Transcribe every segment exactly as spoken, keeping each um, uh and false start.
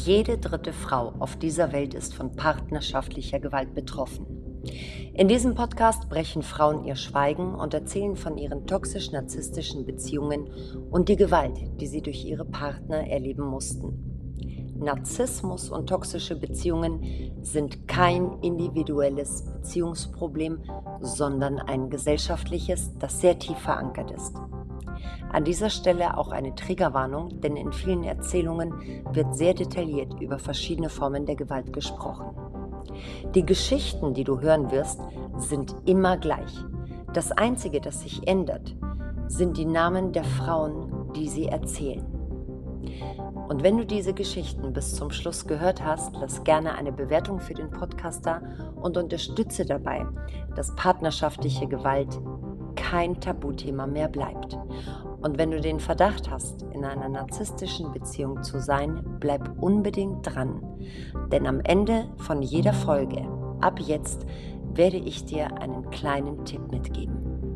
Jede dritte Frau auf dieser Welt ist von partnerschaftlicher Gewalt betroffen. In diesem Podcast brechen Frauen ihr Schweigen und erzählen von ihren toxisch-narzisstischen Beziehungen und die Gewalt, die sie durch ihre Partner erleben mussten. Narzissmus und toxische Beziehungen sind kein individuelles Beziehungsproblem, sondern ein gesellschaftliches, das sehr tief verankert ist. An dieser Stelle auch eine Triggerwarnung, denn in vielen Erzählungen wird sehr detailliert über verschiedene Formen der Gewalt gesprochen. Die Geschichten, die du hören wirst, sind immer gleich. Das Einzige, das sich ändert, sind die Namen der Frauen, die sie erzählen. Und wenn du diese Geschichten bis zum Schluss gehört hast, lass gerne eine Bewertung für den Podcast da und unterstütze dabei, dass partnerschaftliche Gewalt kein Tabuthema mehr bleibt. Und wenn du den Verdacht hast, in einer narzisstischen Beziehung zu sein, bleib unbedingt dran. Denn am Ende von jeder Folge, ab jetzt, werde ich dir einen kleinen Tipp mitgeben.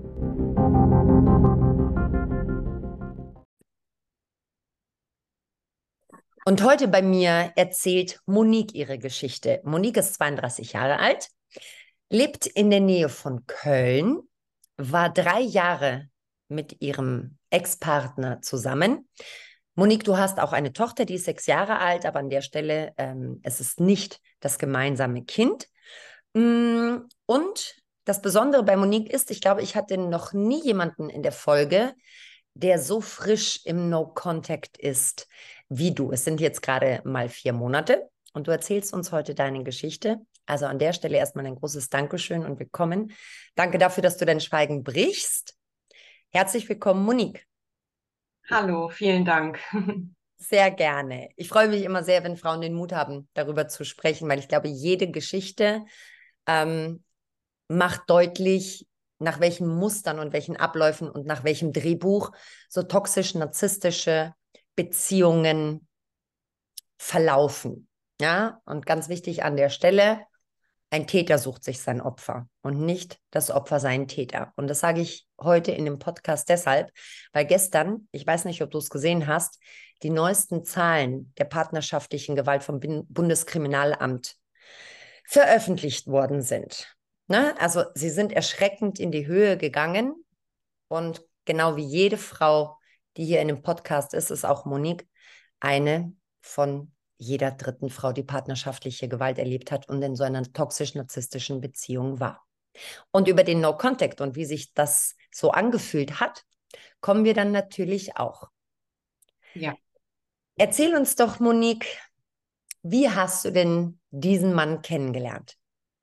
Und heute bei mir erzählt Monique ihre Geschichte. Monique ist zweiunddreißig Jahre alt, lebt in der Nähe von Köln, war drei Jahre mit ihrem Ex-Partner zusammen. Monique, du hast auch eine Tochter, die ist sechs Jahre alt, aber an der Stelle, ähm, es ist nicht das gemeinsame Kind. Und das Besondere bei Monique ist, ich glaube, ich hatte noch nie jemanden in der Folge, der so frisch im No-Contact ist wie du. Es sind jetzt gerade mal vier Monate und du erzählst uns heute deine Geschichte. Also an der Stelle erstmal ein großes Dankeschön und willkommen. Danke dafür, dass du dein Schweigen brichst. Herzlich willkommen, Monique. Hallo, vielen Dank. Sehr gerne. Ich freue mich immer sehr, wenn Frauen den Mut haben, darüber zu sprechen, weil ich glaube, jede Geschichte ähm, macht deutlich, nach welchen Mustern und welchen Abläufen und nach welchem Drehbuch so toxisch-narzisstische Beziehungen verlaufen. Ja, und ganz wichtig an der Stelle, ein Täter sucht sich sein Opfer und nicht das Opfer seinen Täter. Und das sage ich heute in dem Podcast deshalb, weil gestern, ich weiß nicht, ob du es gesehen hast, die neuesten Zahlen der partnerschaftlichen Gewalt vom Bundeskriminalamt veröffentlicht worden sind. Ne? Also sie sind erschreckend in die Höhe gegangen und genau wie jede Frau, die hier in dem Podcast ist, ist auch Monique eine von jeder dritten Frau, die partnerschaftliche Gewalt erlebt hat und in so einer toxisch-narzisstischen Beziehung war. Und über den No-Contact und wie sich das so angefühlt hat, kommen wir dann natürlich auch. Ja, Erzähl uns doch, Monique, wie hast du denn diesen Mann kennengelernt?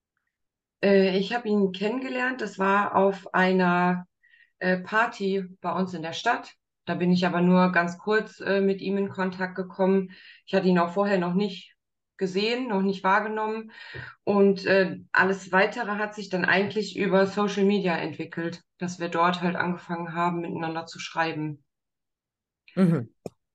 äh, ich habe ihn kennengelernt. Das war auf einer äh, Party bei uns in der Stadt. Da bin ich aber nur ganz kurz äh, mit ihm in Kontakt gekommen. Ich hatte ihn auch vorher noch nicht gesehen, noch nicht wahrgenommen. Und äh, alles Weitere hat sich dann eigentlich über Social Media entwickelt, dass wir dort halt angefangen haben, miteinander zu schreiben. Mhm.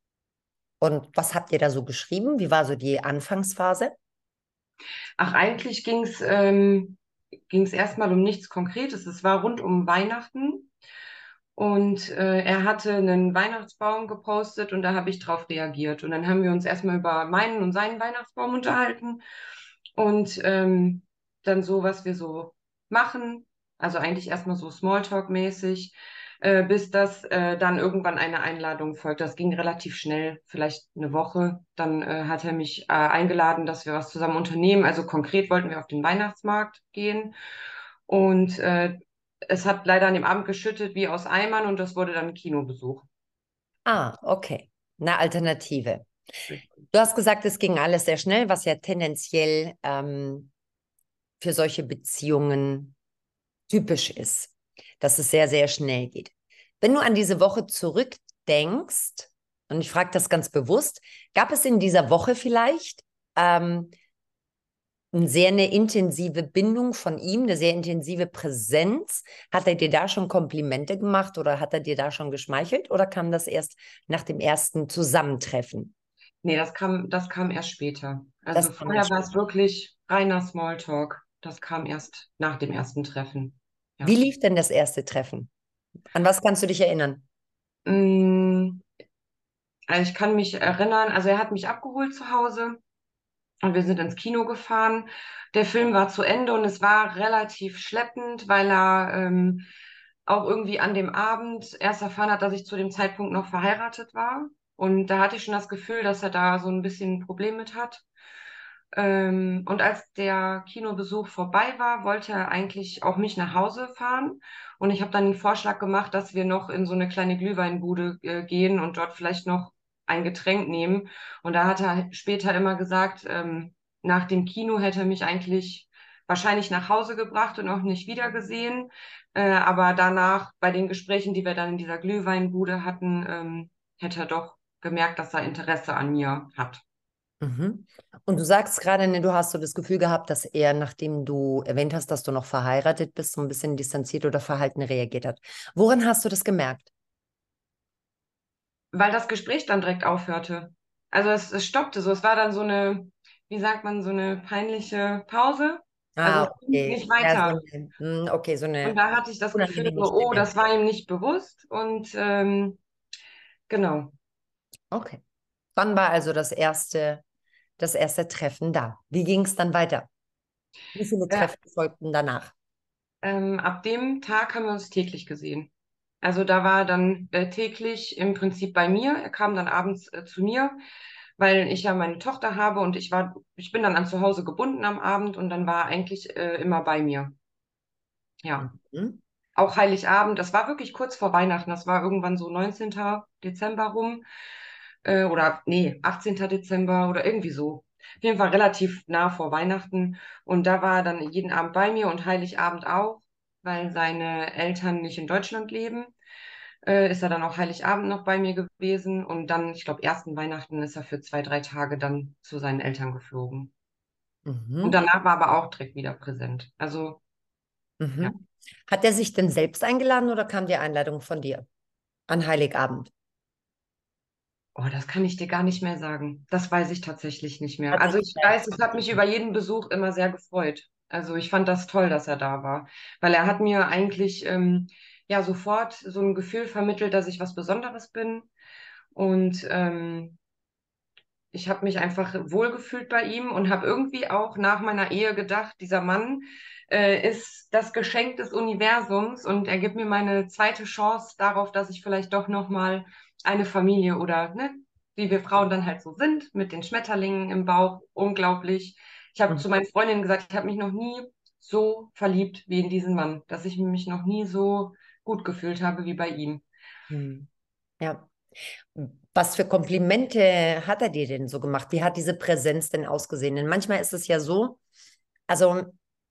Und was habt ihr da so geschrieben? Wie war so die Anfangsphase? Ach, eigentlich ging es ähm, ging es erstmal um nichts Konkretes. Es war rund um Weihnachten. Und äh, er hatte einen Weihnachtsbaum gepostet und da habe ich drauf reagiert. Und dann haben wir uns erstmal über meinen und seinen Weihnachtsbaum unterhalten und ähm, dann so, was wir so machen. Also eigentlich erstmal so Smalltalk-mäßig, äh, bis das äh, dann irgendwann eine Einladung folgt. Das ging relativ schnell, vielleicht eine Woche. Dann äh, hat er mich äh, eingeladen, dass wir was zusammen unternehmen. Also konkret wollten wir auf den Weihnachtsmarkt gehen. Und äh, es hat leider an dem Abend geschüttet wie aus Eimern und das wurde dann ein Kinobesuch. Ah, okay. Eine Alternative. Du hast gesagt, es ging alles sehr schnell, was ja tendenziell ähm, für solche Beziehungen typisch ist, dass es sehr, sehr schnell geht. Wenn du an diese Woche zurückdenkst, und ich frage das ganz bewusst, gab es in dieser Woche vielleicht ähm, eine sehr eine intensive Bindung von ihm, eine sehr intensive Präsenz? Hat er dir da schon Komplimente gemacht oder hat er dir da schon geschmeichelt oder kam das erst nach dem ersten Zusammentreffen? Nee, das kam, das kam erst später. Das Also kam erst vorher war es später. wirklich reiner Smalltalk. Das kam erst nach dem ersten Treffen. Wie Ja. lief denn das erste Treffen? An was kannst du dich erinnern? Mm, Also ich kann mich erinnern, also er hat mich abgeholt zu Hause und wir sind ins Kino gefahren. Der Film war zu Ende und es war relativ schleppend, weil er ähm, auch irgendwie an dem Abend erst erfahren hat, dass ich zu dem Zeitpunkt noch verheiratet war. Und da hatte ich schon das Gefühl, dass er da so ein bisschen ein Problem mit hat. Ähm, und als der Kinobesuch vorbei war, wollte er eigentlich auch mich nach Hause fahren. Und ich habe dann den Vorschlag gemacht, dass wir noch in so eine kleine Glühweinbude äh, gehen und dort vielleicht noch ein Getränk nehmen. Und da hat er später immer gesagt, ähm, nach dem Kino hätte er mich eigentlich wahrscheinlich nach Hause gebracht und auch nicht wiedergesehen. Äh, aber danach, bei den Gesprächen, die wir dann in dieser Glühweinbude hatten, ähm, hätte er doch gemerkt, dass er Interesse an mir hat. Mhm. Und du sagst gerade, ne, du hast so das Gefühl gehabt, dass er, nachdem du erwähnt hast, dass du noch verheiratet bist, so ein bisschen distanziert oder verhalten reagiert hat. Woran hast du das gemerkt? Weil das Gespräch dann direkt aufhörte. Also es, es stoppte so. Es war dann so eine, wie sagt man, so eine peinliche Pause. Also Ah, es ging okay. nicht Ja, so weiter. eine, hm, okay, so Und eine da hatte ich das Gefühl, unangenehme so, oh, Stille. das war ihm nicht bewusst. Und ähm, genau. Okay. Wann war also das erste, das erste Treffen da? Wie ging es dann weiter? Wie viele Ja, Treffen folgten danach? ähm, ab dem Tag haben wir uns täglich gesehen. Also da war er dann äh, täglich im Prinzip bei mir. Er kam dann abends äh, zu mir, weil ich ja meine Tochter habe und ich war, ich bin dann an zu Hause gebunden am Abend und dann war er eigentlich äh, immer bei mir. Ja. Mhm. Auch Heiligabend, das war wirklich kurz vor Weihnachten, das war irgendwann so neunzehnten Dezember rum, äh, oder nee, achtzehnten Dezember oder irgendwie so. Auf jeden Fall relativ nah vor Weihnachten. Und da war er dann jeden Abend bei mir und Heiligabend auch, weil seine Eltern nicht in Deutschland leben. Äh, ist er dann auch Heiligabend noch bei mir gewesen. Und dann, ich glaube, ersten Weihnachten ist er für zwei, drei Tage dann zu seinen Eltern geflogen. Und Mhm. danach war aber auch direkt wieder präsent. Also, ja. Mhm. Hat er sich denn selbst eingeladen oder kam die Einladung von dir an Heiligabend? Oh, das kann ich dir gar nicht mehr sagen. Das weiß ich tatsächlich nicht mehr. Hat sich Also ich weiß, es hat mich über jeden Besuch immer sehr gefreut. Also ich fand das toll, dass er da war, weil er hat mir eigentlich ähm, ja sofort so ein Gefühl vermittelt, dass ich was Besonderes bin. Und ähm, ich habe mich einfach wohlgefühlt bei ihm und habe irgendwie auch nach meiner Ehe gedacht, dieser Mann äh, ist das Geschenk des Universums und er gibt mir meine zweite Chance darauf, dass ich vielleicht doch noch mal eine Familie oder ne, wie wir Frauen dann halt so sind, mit den Schmetterlingen im Bauch, unglaublich. Ich habe zu Mhm. meinen Freundinnen gesagt, ich habe mich noch nie so verliebt wie in diesen Mann, dass ich mich noch nie so gut gefühlt habe wie bei ihm. Mhm. Ja. Was für Komplimente hat er dir denn so gemacht? Wie hat diese Präsenz denn ausgesehen? Denn manchmal ist es ja so, also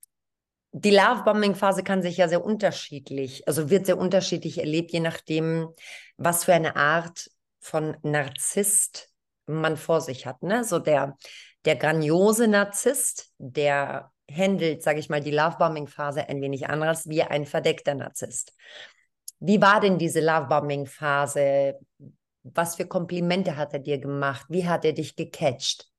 die Love-Bombing-Phase kann sich ja sehr unterschiedlich, also wird sehr unterschiedlich erlebt, je nachdem, was für eine Art von Narzisst man vor sich hat. Ne? So der, der grandiose Narzisst, der handelt, sage ich mal, die Love-Bombing-Phase ein wenig anders wie ein verdeckter Narzisst. Wie war denn diese Love-Bombing-Phase? Was für Komplimente hat er dir gemacht? Wie hat er dich gecatcht?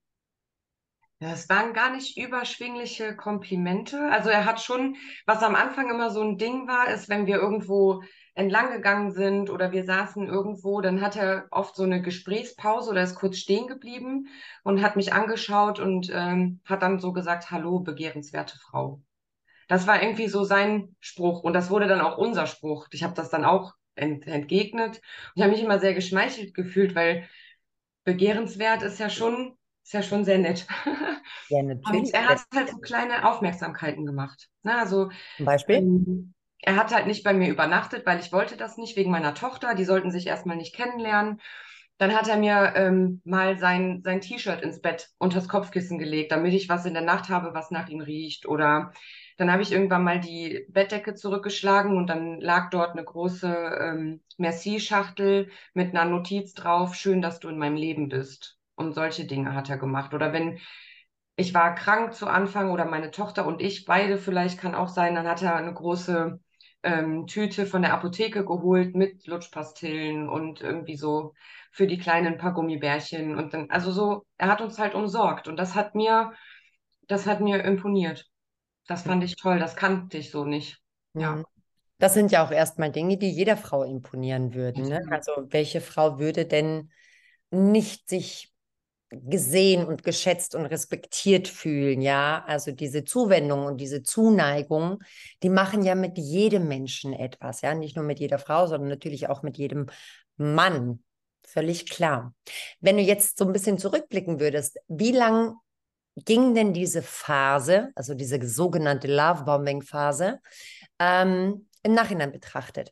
Ja, es waren gar nicht überschwingliche Komplimente. Also er hat schon, was am Anfang immer so ein Ding war, ist, wenn wir irgendwo entlang gegangen sind oder wir saßen irgendwo, dann hat er oft so eine Gesprächspause oder ist kurz stehen geblieben und hat mich angeschaut und ähm, hat dann so gesagt, Hallo, begehrenswerte Frau. Das war irgendwie so sein Spruch und das wurde dann auch unser Spruch. Ich habe das dann auch ent entgegnet und ich habe mich immer sehr geschmeichelt gefühlt, weil begehrenswert ist ja schon, ist ja schon sehr nett. Ja, Und natürlich. er hat halt so kleine Aufmerksamkeiten gemacht. Ne? Also Zum Beispiel? ähm, er hat halt nicht bei mir übernachtet, weil ich wollte das nicht, wegen meiner Tochter. Die sollten sich erstmal nicht kennenlernen. Dann hat er mir ähm, mal sein, sein T-Shirt ins Bett unters Kopfkissen gelegt, damit ich was in der Nacht habe, was nach ihm riecht. Oder dann habe ich irgendwann mal die Bettdecke zurückgeschlagen und dann lag dort eine große ähm, Merci-Schachtel mit einer Notiz drauf, schön, dass du in meinem Leben bist. Und solche Dinge hat er gemacht. Oder wenn ich war krank zu Anfang oder meine Tochter und ich, beide vielleicht kann auch sein, dann hat er eine große ähm, Tüte von der Apotheke geholt mit Lutschpastillen und irgendwie so für die Kleinen ein paar Gummibärchen und dann, also so, er hat uns halt umsorgt und das hat mir, das hat mir imponiert. Das fand ich toll, das kannte ich so nicht. Mhm. Ja, Das sind ja auch erstmal Dinge, die jeder Frau imponieren würden. Ne? absolut. Also welche Frau würde denn nicht sich gesehen und geschätzt und respektiert fühlen, ja. Also diese Zuwendung und diese Zuneigung, die machen ja mit jedem Menschen etwas, ja. Nicht nur mit jeder Frau, sondern natürlich auch mit jedem Mann. Völlig klar. Wenn du jetzt so ein bisschen zurückblicken würdest, wie lang ging denn diese Phase, also diese sogenannte Lovebombing-Phase, ähm, im Nachhinein betrachtet?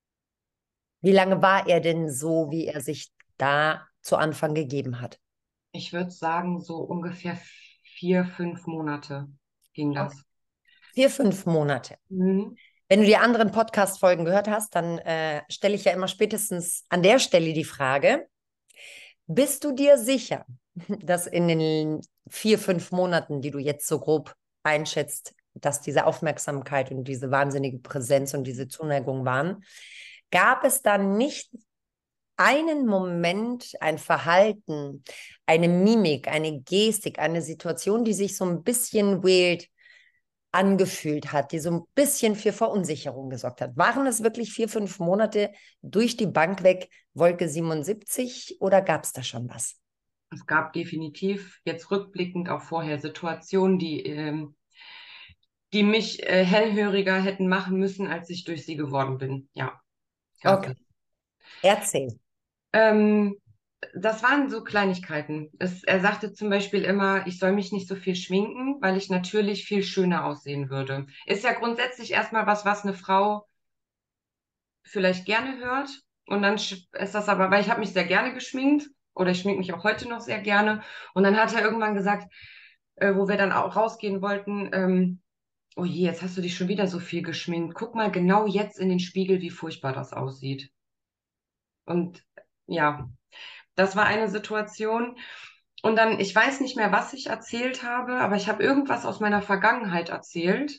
Wie lange war er denn so, wie er sich da zu Anfang gegeben hat? Ich würde sagen, so ungefähr vier, fünf Monate ging Okay. das. Vier, fünf Monate. Mhm. Wenn du die anderen Podcast-Folgen gehört hast, dann äh, stelle ich ja immer spätestens an der Stelle die Frage, bist du dir sicher, dass in den vier, fünf Monaten, die du jetzt so grob einschätzt, dass diese Aufmerksamkeit und diese wahnsinnige Präsenz und diese Zuneigung waren, gab es dann nicht einen Moment, ein Verhalten, eine Mimik, eine Gestik, eine Situation, die sich so ein bisschen weird angefühlt hat, die so ein bisschen für Verunsicherung gesorgt hat? Waren es wirklich vier, fünf Monate durch die Bank weg, Wolke siebenundsiebzig, oder gab es da schon was? Es gab definitiv jetzt rückblickend auch vorher Situationen, die, ähm, die mich äh, hellhöriger hätten machen müssen, als ich durch sie geworden bin. Ja, gab Okay, es. erzähl. Ähm, Das waren so Kleinigkeiten. Es, er sagte zum Beispiel immer, ich soll mich nicht so viel schminken, weil ich natürlich viel schöner aussehen würde. Ist ja grundsätzlich erstmal was, was eine Frau vielleicht gerne hört. Und dann sch- ist das aber, weil ich habe mich sehr gerne geschminkt oder ich schminke mich auch heute noch sehr gerne. Und dann hat er irgendwann gesagt, äh, wo wir dann auch rausgehen wollten, ähm, oh je, jetzt hast du dich schon wieder so viel geschminkt. Guck mal genau jetzt in den Spiegel, wie furchtbar das aussieht. Und ja, das war eine Situation. Und dann, ich weiß nicht mehr, was ich erzählt habe, aber ich habe irgendwas aus meiner Vergangenheit erzählt.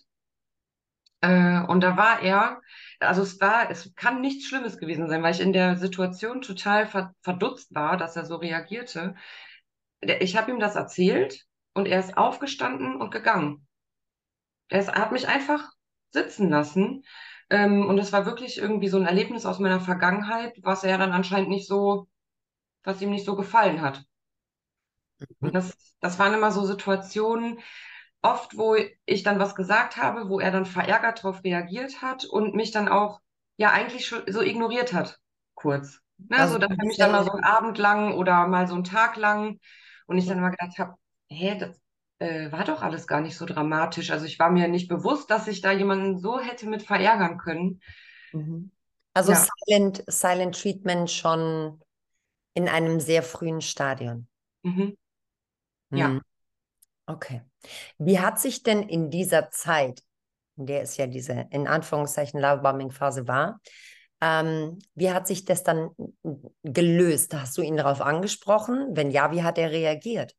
Äh, und da war er, also es war, es kann nichts Schlimmes gewesen sein, weil ich in der Situation total ver verdutzt war, dass er so reagierte. Der- Ich habe ihm das erzählt und er ist aufgestanden und gegangen. Er ist, hat mich einfach sitzen lassen. Ähm, und es war wirklich irgendwie so ein Erlebnis aus meiner Vergangenheit, was er dann anscheinend nicht so, was ihm nicht so gefallen hat. Und das, das waren immer so Situationen, oft, wo ich dann was gesagt habe, wo er dann verärgert darauf reagiert hat und mich dann auch ja eigentlich schon so ignoriert hat, kurz. Ne, Also so, dass ein er mich dann mal bisschen, so einen Abend lang oder mal so einen Tag lang und ich dann mal gedacht habe, hä, das äh, war doch alles gar nicht so dramatisch. Also ich war mir nicht bewusst, dass ich da jemanden so hätte mit verärgern können. mhm. Also Ja, Silent, Silent Treatment schon in einem sehr frühen Stadion. mhm, Mhm. ja. Okay. Wie hat sich denn in dieser Zeit, in der es ja diese in Anführungszeichen Lovebombing-Phase war, ähm, wie hat sich das dann gelöst? Hast du ihn darauf angesprochen? Wenn ja, wie hat er reagiert?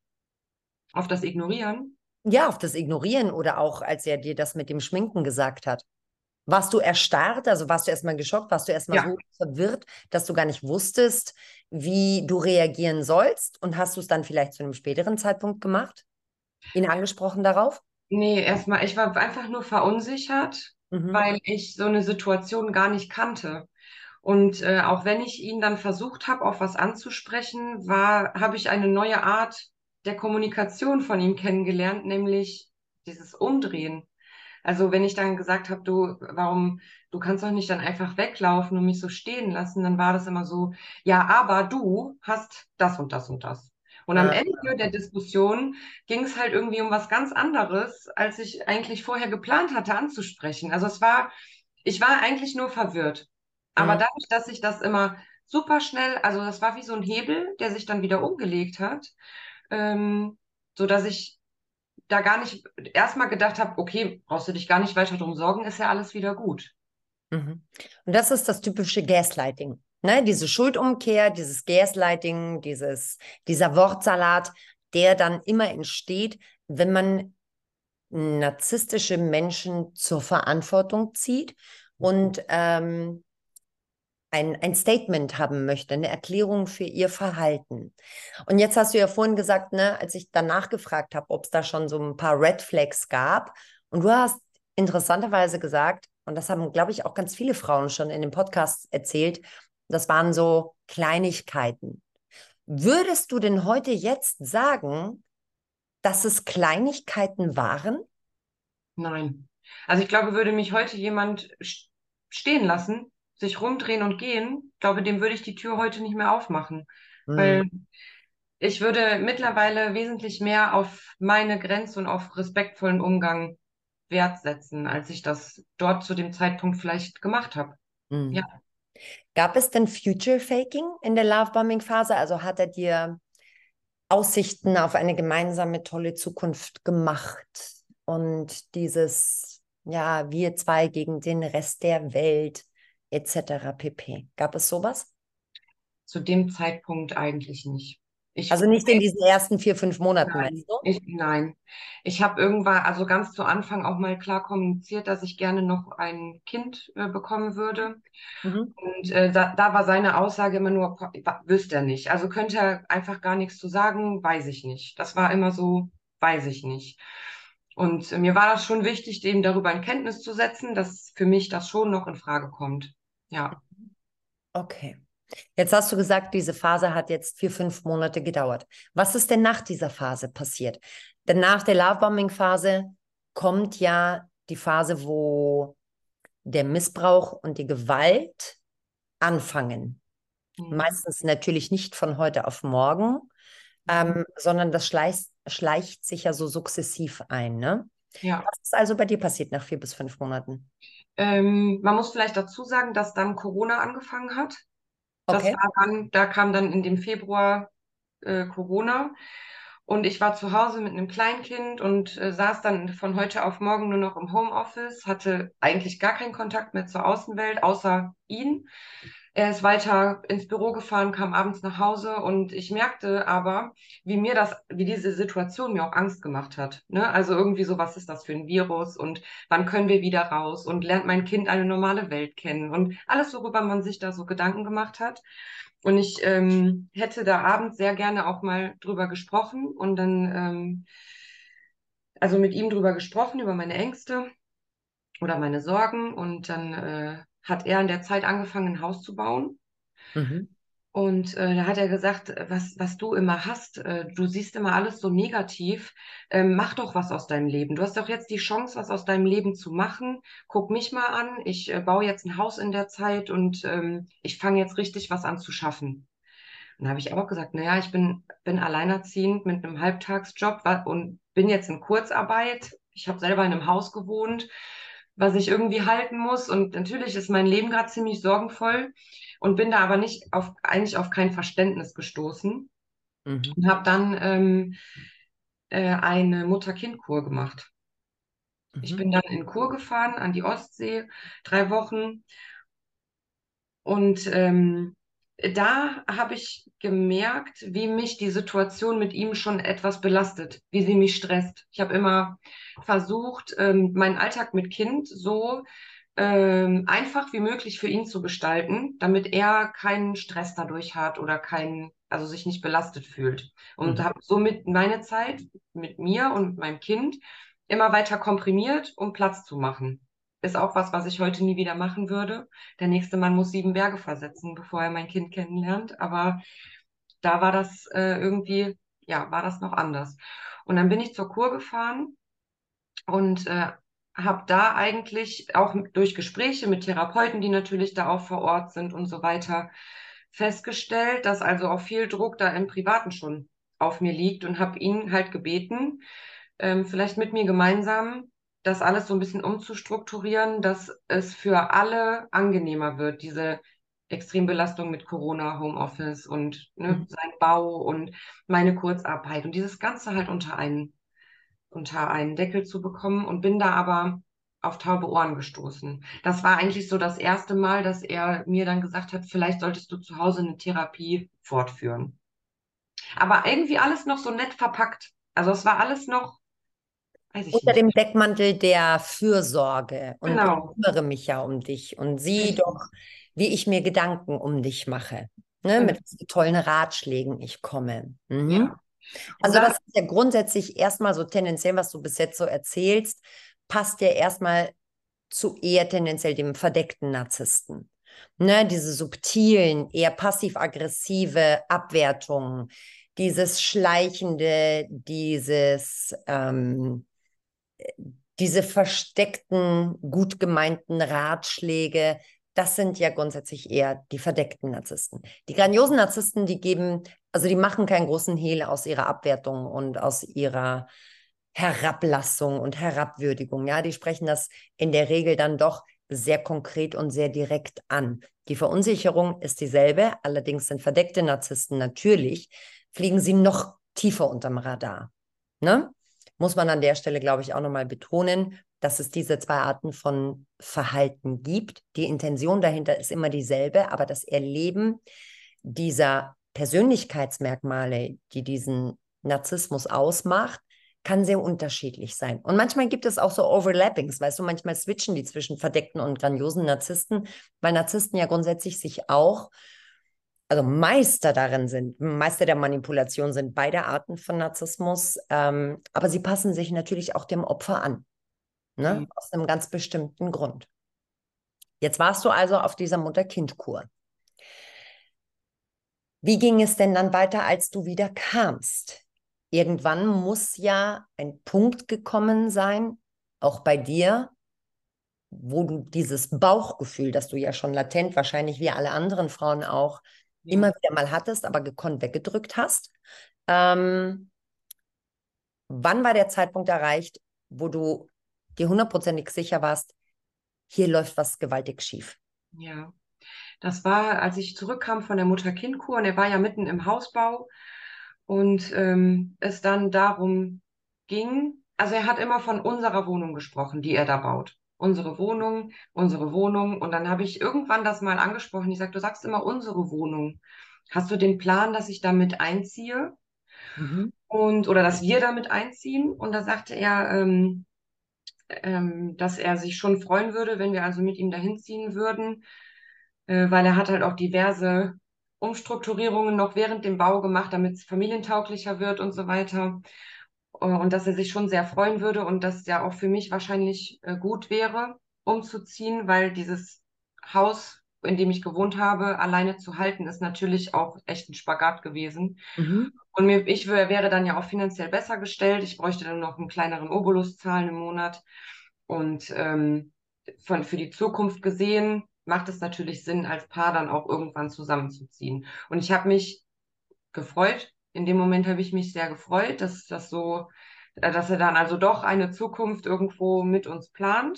Auf das Ignorieren. Ja, auf das Ignorieren oder auch, als er dir das mit dem Schminken gesagt hat. Warst du erstarrt? Also warst du erstmal geschockt? Warst du erstmal Ja. so verwirrt, dass du gar nicht wusstest, wie du reagieren sollst? Und hast du es dann vielleicht zu einem späteren Zeitpunkt gemacht? Ihn angesprochen darauf? Nee, erstmal, ich war einfach nur verunsichert, Mhm. weil ich so eine Situation gar nicht kannte. Und äh, auch wenn ich ihn dann versucht habe, auf was anzusprechen, war, habe ich eine neue Art der Kommunikation von ihm kennengelernt, nämlich dieses Umdrehen. Also wenn ich dann gesagt habe, du, warum, du kannst doch nicht dann einfach weglaufen und mich so stehen lassen, dann war das immer so, ja, aber du hast das und das und das. Und am Ah, Ende der Diskussion ging es halt irgendwie um was ganz anderes, als ich eigentlich vorher geplant hatte anzusprechen. Also es war, ich war eigentlich nur verwirrt. Aber mhm. dadurch, dass sich das immer super schnell, also das war wie so ein Hebel, der sich dann wieder umgelegt hat, ähm, so dass ich da gar nicht erstmal gedacht habe, okay, brauchst du dich gar nicht weiter drum sorgen, ist ja alles wieder gut. Mhm. Und das ist das typische Gaslighting. Ne? Diese Schuldumkehr, dieses Gaslighting, dieses, dieser Wortsalat, der dann immer entsteht, wenn man narzisstische Menschen zur Verantwortung zieht und ähm, ein, ein Statement haben möchte, eine Erklärung für ihr Verhalten. Und jetzt hast du ja vorhin gesagt, ne, als ich danach gefragt habe, ob es da schon so ein paar Red Flags gab. Und du hast interessanterweise gesagt, und das haben, glaube ich, auch ganz viele Frauen schon in dem Podcast erzählt, das waren so Kleinigkeiten. Würdest du denn heute jetzt sagen, dass es Kleinigkeiten waren? Nein. Also ich glaube, würde mich heute jemand st- stehen lassen, sich rumdrehen und gehen, glaube, dem würde ich die Tür heute nicht mehr aufmachen. Hm. Weil ich würde mittlerweile wesentlich mehr auf meine Grenze und auf respektvollen Umgang Wert setzen, als ich das dort zu dem Zeitpunkt vielleicht gemacht habe. Ja. Hm. Gab es denn Future Faking in der Lovebombing-Phase? Also hat er dir Aussichten auf eine gemeinsame tolle Zukunft gemacht und dieses, ja, wir zwei gegen den Rest der Welt et cetera pp. Gab es sowas? Zu dem Zeitpunkt eigentlich nicht. Ich Also nicht in diesen ersten vier, fünf Monaten, Nein, meinst du? ich, nein. Ich habe irgendwann, also ganz zu Anfang auch mal klar kommuniziert, dass ich gerne noch ein Kind äh, bekommen würde. Mhm. Und äh, da, da war seine Aussage immer nur, "Boah, wa- wüsste er nicht. Also könnte er einfach gar nichts zu sagen, weiß ich nicht. Das war immer so, weiß ich nicht. Und äh, mir war das schon wichtig, dem darüber in Kenntnis zu setzen, dass für mich das schon noch in Frage kommt. Ja. Okay. Jetzt hast du gesagt, diese Phase hat jetzt vier, fünf Monate gedauert. Was ist denn nach dieser Phase passiert? Denn nach der Lovebombing-Phase kommt ja die Phase, wo der Missbrauch und die Gewalt anfangen. Mhm. Meistens natürlich nicht von heute auf morgen, Mhm. ähm, sondern das schleicht, schleicht sich ja so sukzessiv ein, ne? Ja. Was ist also bei dir passiert nach vier bis fünf Monaten? Ähm, man muss vielleicht dazu sagen, dass dann Corona angefangen hat. Das Okay. war dann, da kam dann in dem Februar äh, Corona und ich war zu Hause mit einem Kleinkind und äh, saß dann von heute auf morgen nur noch im Homeoffice, hatte eigentlich gar keinen Kontakt mehr zur Außenwelt, außer ihn. Er ist weiter ins Büro gefahren, kam abends nach Hause und ich merkte aber, wie mir das, wie diese Situation mir auch Angst gemacht hat. Ne? Also irgendwie so, was ist das für ein Virus und wann können wir wieder raus und lernt mein Kind eine normale Welt kennen und alles, worüber man sich da so Gedanken gemacht hat. Und ich ähm, hätte da abends sehr gerne auch mal drüber gesprochen und dann, ähm, also mit ihm drüber gesprochen, über meine Ängste oder meine Sorgen. Und dann äh, hat er in der Zeit angefangen, ein Haus zu bauen. Mhm. Und äh, da hat er gesagt, äh, was, was du immer hast, äh, du siehst immer alles so negativ, ähm, mach doch was aus deinem Leben. Du hast doch jetzt die Chance, was aus deinem Leben zu machen. Guck mich mal an, ich äh, baue jetzt ein Haus in der Zeit und ähm, ich fange jetzt richtig was an zu schaffen. Und da habe ich auch gesagt, naja, ich bin, bin alleinerziehend mit einem Halbtagsjob wa- und bin jetzt in Kurzarbeit. Ich habe selber in einem Haus gewohnt, was ich irgendwie halten muss. Und natürlich ist mein Leben gerade ziemlich sorgenvoll und bin da aber nicht auf, eigentlich auf kein Verständnis gestoßen Mhm. und habe dann ähm, äh, eine Mutter-Kind-Kur gemacht. Ich Mhm. bin dann in Kur gefahren an die Ostsee, drei Wochen. Und ähm, da habe ich gemerkt, wie mich die Situation mit ihm schon etwas belastet, wie sie mich stresst. Ich habe immer versucht, ähm, meinen Alltag mit Kind so ähm, einfach wie möglich für ihn zu gestalten, damit er keinen Stress dadurch hat oder keinen, also sich nicht belastet fühlt. Und Mhm. habe somit meine Zeit mit mir und mit meinem Kind immer weiter komprimiert, um Platz zu machen. Ist auch was, was ich heute nie wieder machen würde. Der nächste Mann muss sieben Berge versetzen, bevor er mein Kind kennenlernt. Aber da war das äh, irgendwie, ja, war das noch anders. Und dann bin ich zur Kur gefahren und äh, habe da eigentlich auch durch Gespräche mit Therapeuten, die natürlich da auch vor Ort sind und so weiter, festgestellt, dass also auch viel Druck da im Privaten schon auf mir liegt und habe ihn halt gebeten, ähm, vielleicht mit mir gemeinsam das alles so ein bisschen umzustrukturieren, dass es für alle angenehmer wird, diese Extrembelastung mit Corona, Homeoffice und ne, Mhm. sein Bau und meine Kurzarbeit und dieses Ganze halt unter einen, unter einen Deckel zu bekommen und bin da aber auf taube Ohren gestoßen. Das war eigentlich so das erste Mal, dass er mir dann gesagt hat, vielleicht solltest du zu Hause eine Therapie fortführen. Aber irgendwie alles noch so nett verpackt. Also es war alles noch, weiß ich Unter nicht. dem Deckmantel der Fürsorge und ich Genau, kümmere mich ja um dich und sieh richtig. doch, wie ich mir Gedanken um dich mache, ne, Genau. mit wie tollen Ratschlägen ich komme. Mhm. Ja. Und Also dann, das ist ja grundsätzlich erstmal so tendenziell, was du bis jetzt so erzählst, passt ja erstmal zu eher tendenziell dem verdeckten Narzissten. Ne, diese subtilen, eher passiv-aggressive Abwertungen, dieses Schleichende, dieses, ähm, diese versteckten, gut gemeinten Ratschläge, das sind ja grundsätzlich eher die verdeckten Narzissten. Die grandiosen Narzissten, die geben, also die machen keinen großen Hehl aus ihrer Abwertung und aus ihrer Herablassung und Herabwürdigung. Ja, die sprechen das in der Regel dann doch sehr konkret und sehr direkt an. Die Verunsicherung ist dieselbe, allerdings sind verdeckte Narzissten natürlich, fliegen sie noch tiefer unterm Radar. Ne? Muss man an der Stelle, glaube ich, auch nochmal betonen, dass es diese zwei Arten von Verhalten gibt. Die Intention dahinter ist immer dieselbe, aber das Erleben dieser Persönlichkeitsmerkmale, die diesen Narzissmus ausmacht, kann sehr unterschiedlich sein. Und manchmal gibt es auch so Overlappings, weißt du, manchmal switchen die zwischen verdeckten und grandiosen Narzissten, weil Narzissten ja grundsätzlich sich auch, also Meister darin sind, Meister der Manipulation sind beide Arten von Narzissmus, ähm, aber sie passen sich natürlich auch dem Opfer an, ne? Mhm. Aus einem ganz bestimmten Grund. Jetzt warst du also auf dieser Mutter-Kind-Kur. Wie ging es denn dann weiter, als du wieder kamst? Irgendwann muss ja ein Punkt gekommen sein, auch bei dir, wo du dieses Bauchgefühl, das du ja schon latent, wahrscheinlich wie alle anderen Frauen auch, immer Ja. wieder mal hattest, aber gekonnt weggedrückt hast. Ähm, wann war der Zeitpunkt erreicht, wo du dir hundertprozentig sicher warst, hier läuft was gewaltig schief? Ja. Das war, als ich zurückkam von der Mutter-Kind-Kur, und er war ja mitten im Hausbau und ähm, es dann darum ging, also er hat immer von unserer Wohnung gesprochen, die er da baut. Unsere Wohnung, unsere Wohnung. Und dann habe ich irgendwann das mal angesprochen. Ich sage, du sagst immer unsere Wohnung. Hast du den Plan, dass ich damit einziehe? Mhm. Und, oder dass wir damit einziehen? Und da sagte er, ähm, ähm, dass er sich schon freuen würde, wenn wir also mit ihm dahin ziehen würden, äh, weil er hat halt auch diverse Umstrukturierungen noch während dem Bau gemacht, damit es familientauglicher wird und so weiter. Äh, Und dass er sich schon sehr freuen würde und das ja auch für mich wahrscheinlich äh, gut wäre, umzuziehen, weil dieses Haus, in dem ich gewohnt habe, alleine zu halten, ist natürlich auch echt ein Spagat gewesen. Mhm. Und mir, ich wär, wäre dann ja auch finanziell besser gestellt. Ich bräuchte dann noch einen kleineren Obolus zahlen im Monat. Und ähm, von, für die Zukunft gesehen macht es natürlich Sinn, als Paar dann auch irgendwann zusammenzuziehen. Und ich habe mich gefreut. In dem Moment habe ich mich sehr gefreut, dass das so, äh, dass er dann also doch eine Zukunft irgendwo mit uns plant.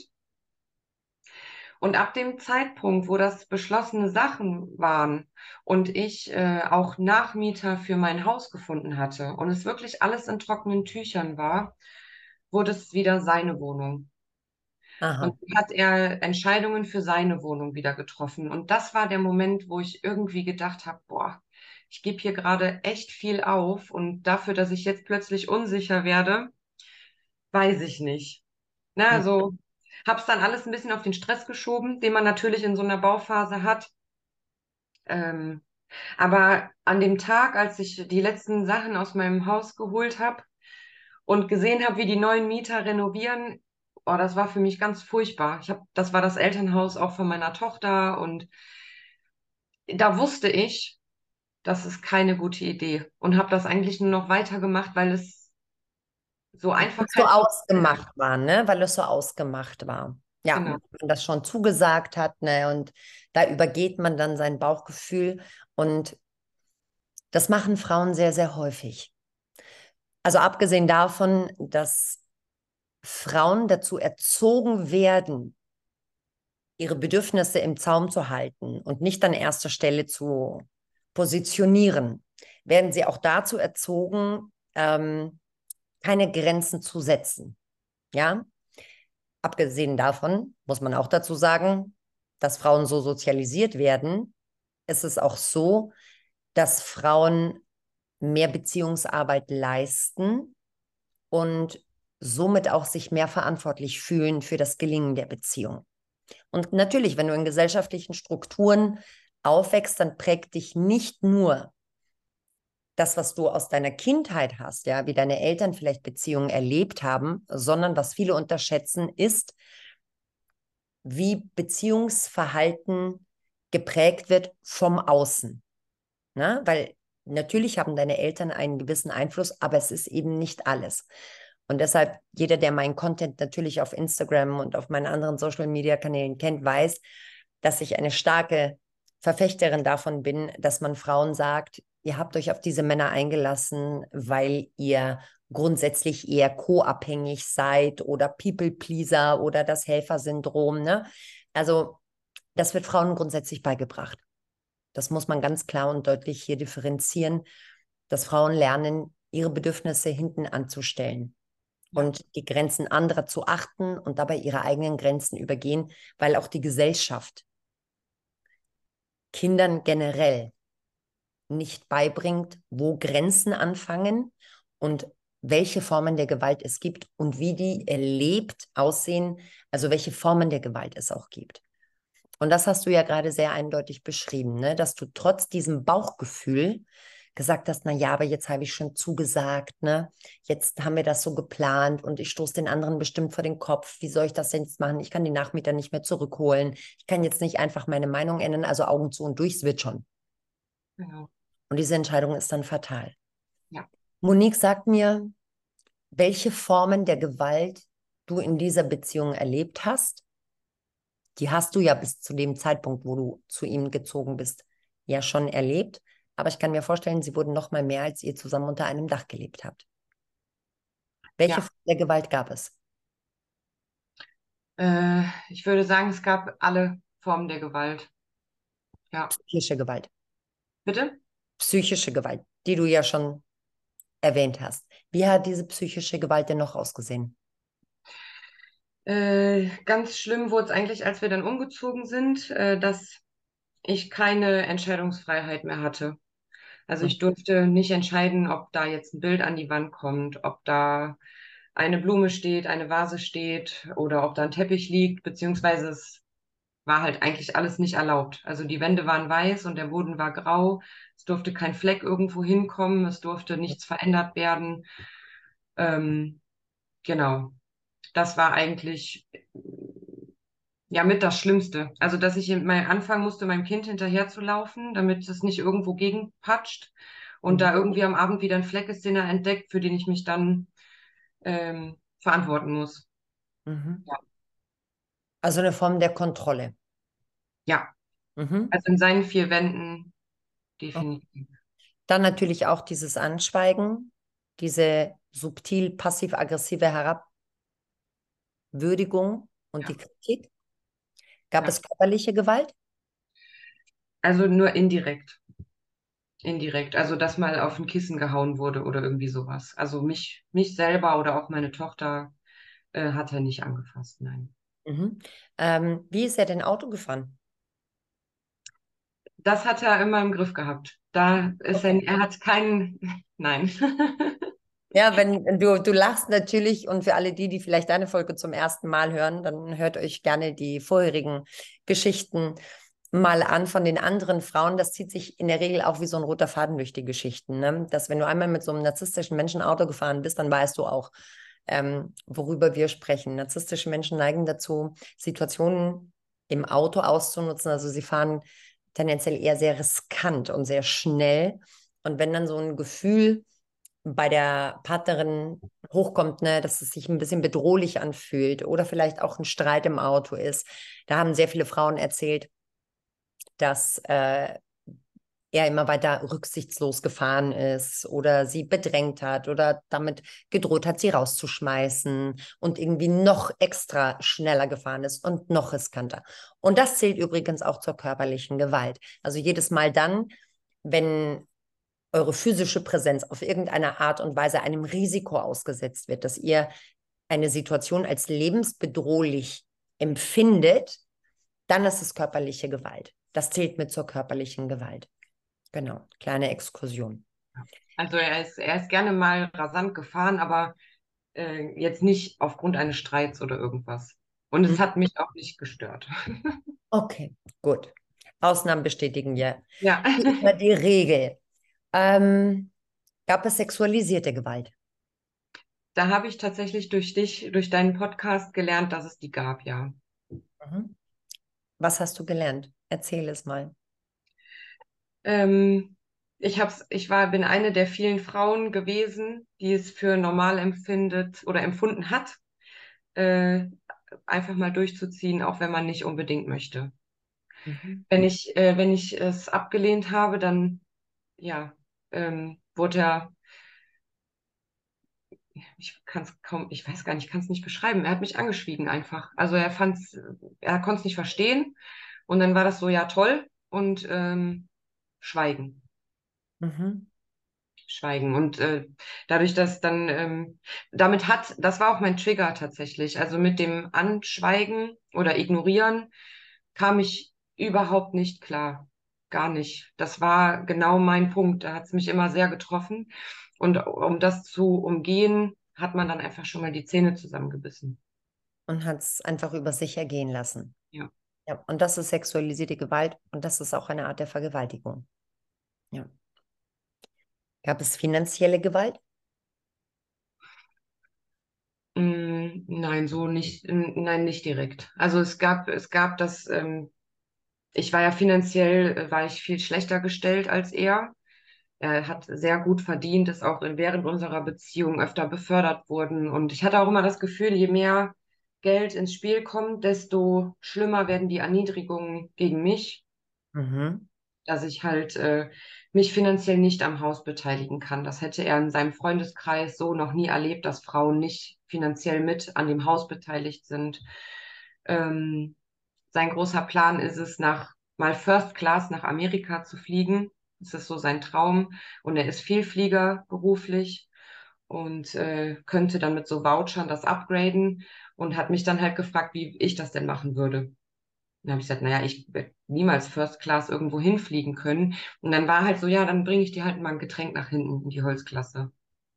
Und ab dem Zeitpunkt, wo das beschlossene Sachen waren und ich äh, auch Nachmieter für mein Haus gefunden hatte und es wirklich alles in trockenen Tüchern war, wurde es wieder seine Wohnung. Und Aha. so hat er Entscheidungen für seine Wohnung wieder getroffen. Und das war der Moment, wo ich irgendwie gedacht habe, boah, ich gebe hier gerade echt viel auf und dafür, dass ich jetzt plötzlich unsicher werde, weiß ich nicht. Na, Mhm. also habe es dann alles ein bisschen auf den Stress geschoben, den man natürlich in so einer Bauphase hat. Ähm, aber an dem Tag, als ich die letzten Sachen aus meinem Haus geholt habe und gesehen habe, wie die neuen Mieter renovieren, oh, das war für mich ganz furchtbar. Ich hab, das war das Elternhaus auch von meiner Tochter und da wusste ich, das ist keine gute Idee und habe das eigentlich nur noch weitergemacht, weil es so Weil es so Einfachkeit. ausgemacht war, ne? Weil es so ausgemacht war. Ja, wenn Genau. man das schon zugesagt hat, ne? Und da übergeht man dann sein Bauchgefühl. Und das machen Frauen sehr, sehr häufig. Also abgesehen davon, dass Frauen dazu erzogen werden, ihre Bedürfnisse im Zaum zu halten und nicht an erster Stelle zu positionieren, werden sie auch dazu erzogen, ähm, keine Grenzen zu setzen. Ja, abgesehen davon muss man auch dazu sagen, dass Frauen so sozialisiert werden, ist es auch so, dass Frauen mehr Beziehungsarbeit leisten und somit auch sich mehr verantwortlich fühlen für das Gelingen der Beziehung. Und natürlich, wenn du in gesellschaftlichen Strukturen aufwächst, dann prägt dich nicht nur das, was du aus deiner Kindheit hast, ja, wie deine Eltern vielleicht Beziehungen erlebt haben, sondern was viele unterschätzen, ist, wie Beziehungsverhalten geprägt wird vom Außen. Ne? Weil natürlich haben deine Eltern einen gewissen Einfluss, aber es ist eben nicht alles. Und deshalb, jeder, der meinen Content natürlich auf Instagram und auf meinen anderen Social-Media-Kanälen kennt, weiß, dass ich eine starke Verfechterin davon bin, dass man Frauen sagt, ihr habt euch auf diese Männer eingelassen, weil ihr grundsätzlich eher co-abhängig seid oder People-Pleaser oder das Helfersyndrom. Ne? Also das wird Frauen grundsätzlich beigebracht. Das muss man ganz klar und deutlich hier differenzieren, dass Frauen lernen, ihre Bedürfnisse hinten anzustellen Ja, und die Grenzen anderer zu achten und dabei ihre eigenen Grenzen übergehen, weil auch die Gesellschaft Kindern generell nicht beibringt, wo Grenzen anfangen und welche Formen der Gewalt es gibt und wie die erlebt aussehen, also welche Formen der Gewalt es auch gibt. Und das hast du ja gerade sehr eindeutig beschrieben, ne? Dass du trotz diesem Bauchgefühl gesagt hast, na ja, aber jetzt habe ich schon zugesagt, ne? Jetzt haben wir das so geplant und ich stoße den anderen bestimmt vor den Kopf. Wie soll ich das denn jetzt machen? Ich kann die Nachmieter nicht mehr zurückholen. Ich kann jetzt nicht einfach meine Meinung ändern, also Augen zu und durch, es wird schon. genau. Und diese Entscheidung ist dann fatal. Ja. Monique, sag mir, welche Formen der Gewalt du in dieser Beziehung erlebt hast. Die hast du ja bis zu dem Zeitpunkt, wo du zu ihm gezogen bist, ja schon erlebt. Aber ich kann mir vorstellen, sie wurden noch mal mehr, als ihr zusammen unter einem Dach gelebt habt. Welche Ja. Form der Gewalt gab es? Äh, ich würde sagen, es gab alle Formen der Gewalt. Ja. Psychische Gewalt. Bitte? Psychische Gewalt, die du ja schon erwähnt hast. Wie hat diese psychische Gewalt denn noch ausgesehen? Äh, ganz schlimm wurde es eigentlich, als wir dann umgezogen sind, äh, dass ich keine Entscheidungsfreiheit mehr hatte. Also Hm. ich durfte nicht entscheiden, ob da jetzt ein Bild an die Wand kommt, ob da eine Blume steht, eine Vase steht oder ob da ein Teppich liegt, beziehungsweise es war halt eigentlich alles nicht erlaubt. Also die Wände waren weiß und der Boden war grau. Es durfte kein Fleck irgendwo hinkommen, es durfte nichts verändert werden. Ähm, genau, das war eigentlich ja mit das Schlimmste. Also dass ich mal anfangen musste, meinem Kind hinterher zu laufen, damit es nicht irgendwo gegenpatscht und Mhm. da irgendwie am Abend wieder ein Fleck ist, den er entdeckt, für den ich mich dann ähm, verantworten muss. Mhm. Ja, Also eine Form der Kontrolle. ja. Mhm. Also in seinen vier Wänden Okay. definitiv. Dann natürlich auch dieses Anschweigen, diese subtil passiv-aggressive Herabwürdigung und die Ja, Kritik. Gab ja. es körperliche Gewalt? Also nur indirekt. Indirekt. Also dass mal auf ein Kissen gehauen wurde oder irgendwie sowas. Also mich, mich selber oder auch meine Tochter äh, hat er nicht angefasst, nein. Mhm. Ähm, wie ist er denn Auto gefahren? Das hat er immer im Griff gehabt. Da ist er, Okay. er hat keinen, nein. Ja, wenn du, du lachst natürlich und für alle die, die vielleicht deine Folge zum ersten Mal hören, dann hört euch gerne die vorherigen Geschichten mal an von den anderen Frauen. Das zieht sich in der Regel auch wie so ein roter Faden durch die Geschichten, ne? Dass wenn du einmal mit so einem narzisstischen Menschen Auto gefahren bist, dann weißt du auch, ähm, worüber wir sprechen. Narzisstische Menschen neigen dazu, Situationen im Auto auszunutzen. Also sie fahren tendenziell eher sehr riskant und sehr schnell. Und wenn dann so ein Gefühl bei der Partnerin hochkommt, ne, dass es sich ein bisschen bedrohlich anfühlt oder vielleicht auch ein Streit im Auto ist. Da haben sehr viele Frauen erzählt, dass äh, er immer weiter rücksichtslos gefahren ist oder sie bedrängt hat oder damit gedroht hat, sie rauszuschmeißen und irgendwie noch extra schneller gefahren ist und noch riskanter. Und das zählt übrigens auch zur körperlichen Gewalt. Also jedes Mal dann, wenn eure physische Präsenz auf irgendeine Art und Weise einem Risiko ausgesetzt wird, dass ihr eine Situation als lebensbedrohlich empfindet, dann ist es körperliche Gewalt. Das zählt mit zur körperlichen Gewalt. Genau, kleine Exkursion. Also er ist, er ist gerne mal rasant gefahren, aber äh, jetzt nicht aufgrund eines Streits oder irgendwas. Und Hm. es hat mich auch nicht gestört. Okay, gut. Ausnahmen bestätigen ja Ja, immer die Regel. Ähm, gab es sexualisierte Gewalt? da habe ich tatsächlich durch dich, durch deinen Podcast gelernt, dass es die gab, ja. Mhm. Was hast du gelernt? Erzähl es mal. Ähm, ich hab's, ich war, bin eine der vielen Frauen gewesen, die es für normal empfindet oder empfunden hat, äh, einfach mal durchzuziehen, auch wenn man nicht unbedingt möchte. Mhm. Wenn ich, äh, wenn ich es abgelehnt habe, dann ja, ähm, wurde er, ich kann es kaum, ich weiß gar nicht, ich kann es nicht beschreiben. Er hat mich angeschwiegen einfach. Also er fand's, er konnte es nicht verstehen. Und dann war das so, ja, toll. Und ähm, Schweigen. Mhm. Schweigen. Und äh, dadurch, dass dann, ähm, damit hat, das war auch mein Trigger tatsächlich. Also mit dem Anschweigen oder Ignorieren kam ich überhaupt nicht klar. Gar nicht. Das war genau mein Punkt. Da hat es mich immer sehr getroffen. Und um das zu umgehen, hat man dann einfach schon mal die Zähne zusammengebissen. Und hat es einfach über sich ergehen lassen. Ja. Ja, und das ist sexualisierte Gewalt und das ist auch eine Art der Vergewaltigung. Ja. Gab es finanzielle Gewalt? Mm, nein, so nicht, mm, nein, nicht direkt. Also es gab, es gab das, ähm, ich war ja finanziell, äh, war ich viel schlechter gestellt als er. Er hat sehr gut verdient, ist auch in- während unserer Beziehung öfter befördert worden. Und ich hatte auch immer das Gefühl, je mehr Geld ins Spiel kommt, desto schlimmer werden die Erniedrigungen gegen mich, Mhm. dass ich halt äh, mich finanziell nicht am Haus beteiligen kann. Das hätte er in seinem Freundeskreis so noch nie erlebt, dass Frauen nicht finanziell mit an dem Haus beteiligt sind. Ähm, Sein großer Plan ist es, nach mal First Class nach Amerika zu fliegen. Das ist so sein Traum. Und er ist Vielflieger beruflich und äh, könnte dann mit so Vouchern das upgraden und hat mich dann halt gefragt, wie ich das denn machen würde. Dann habe ich gesagt, naja, ich werde niemals First Class irgendwo hinfliegen können. Und dann war halt so, ja, dann bringe ich dir halt mal ein Getränk nach hinten in die Holzklasse.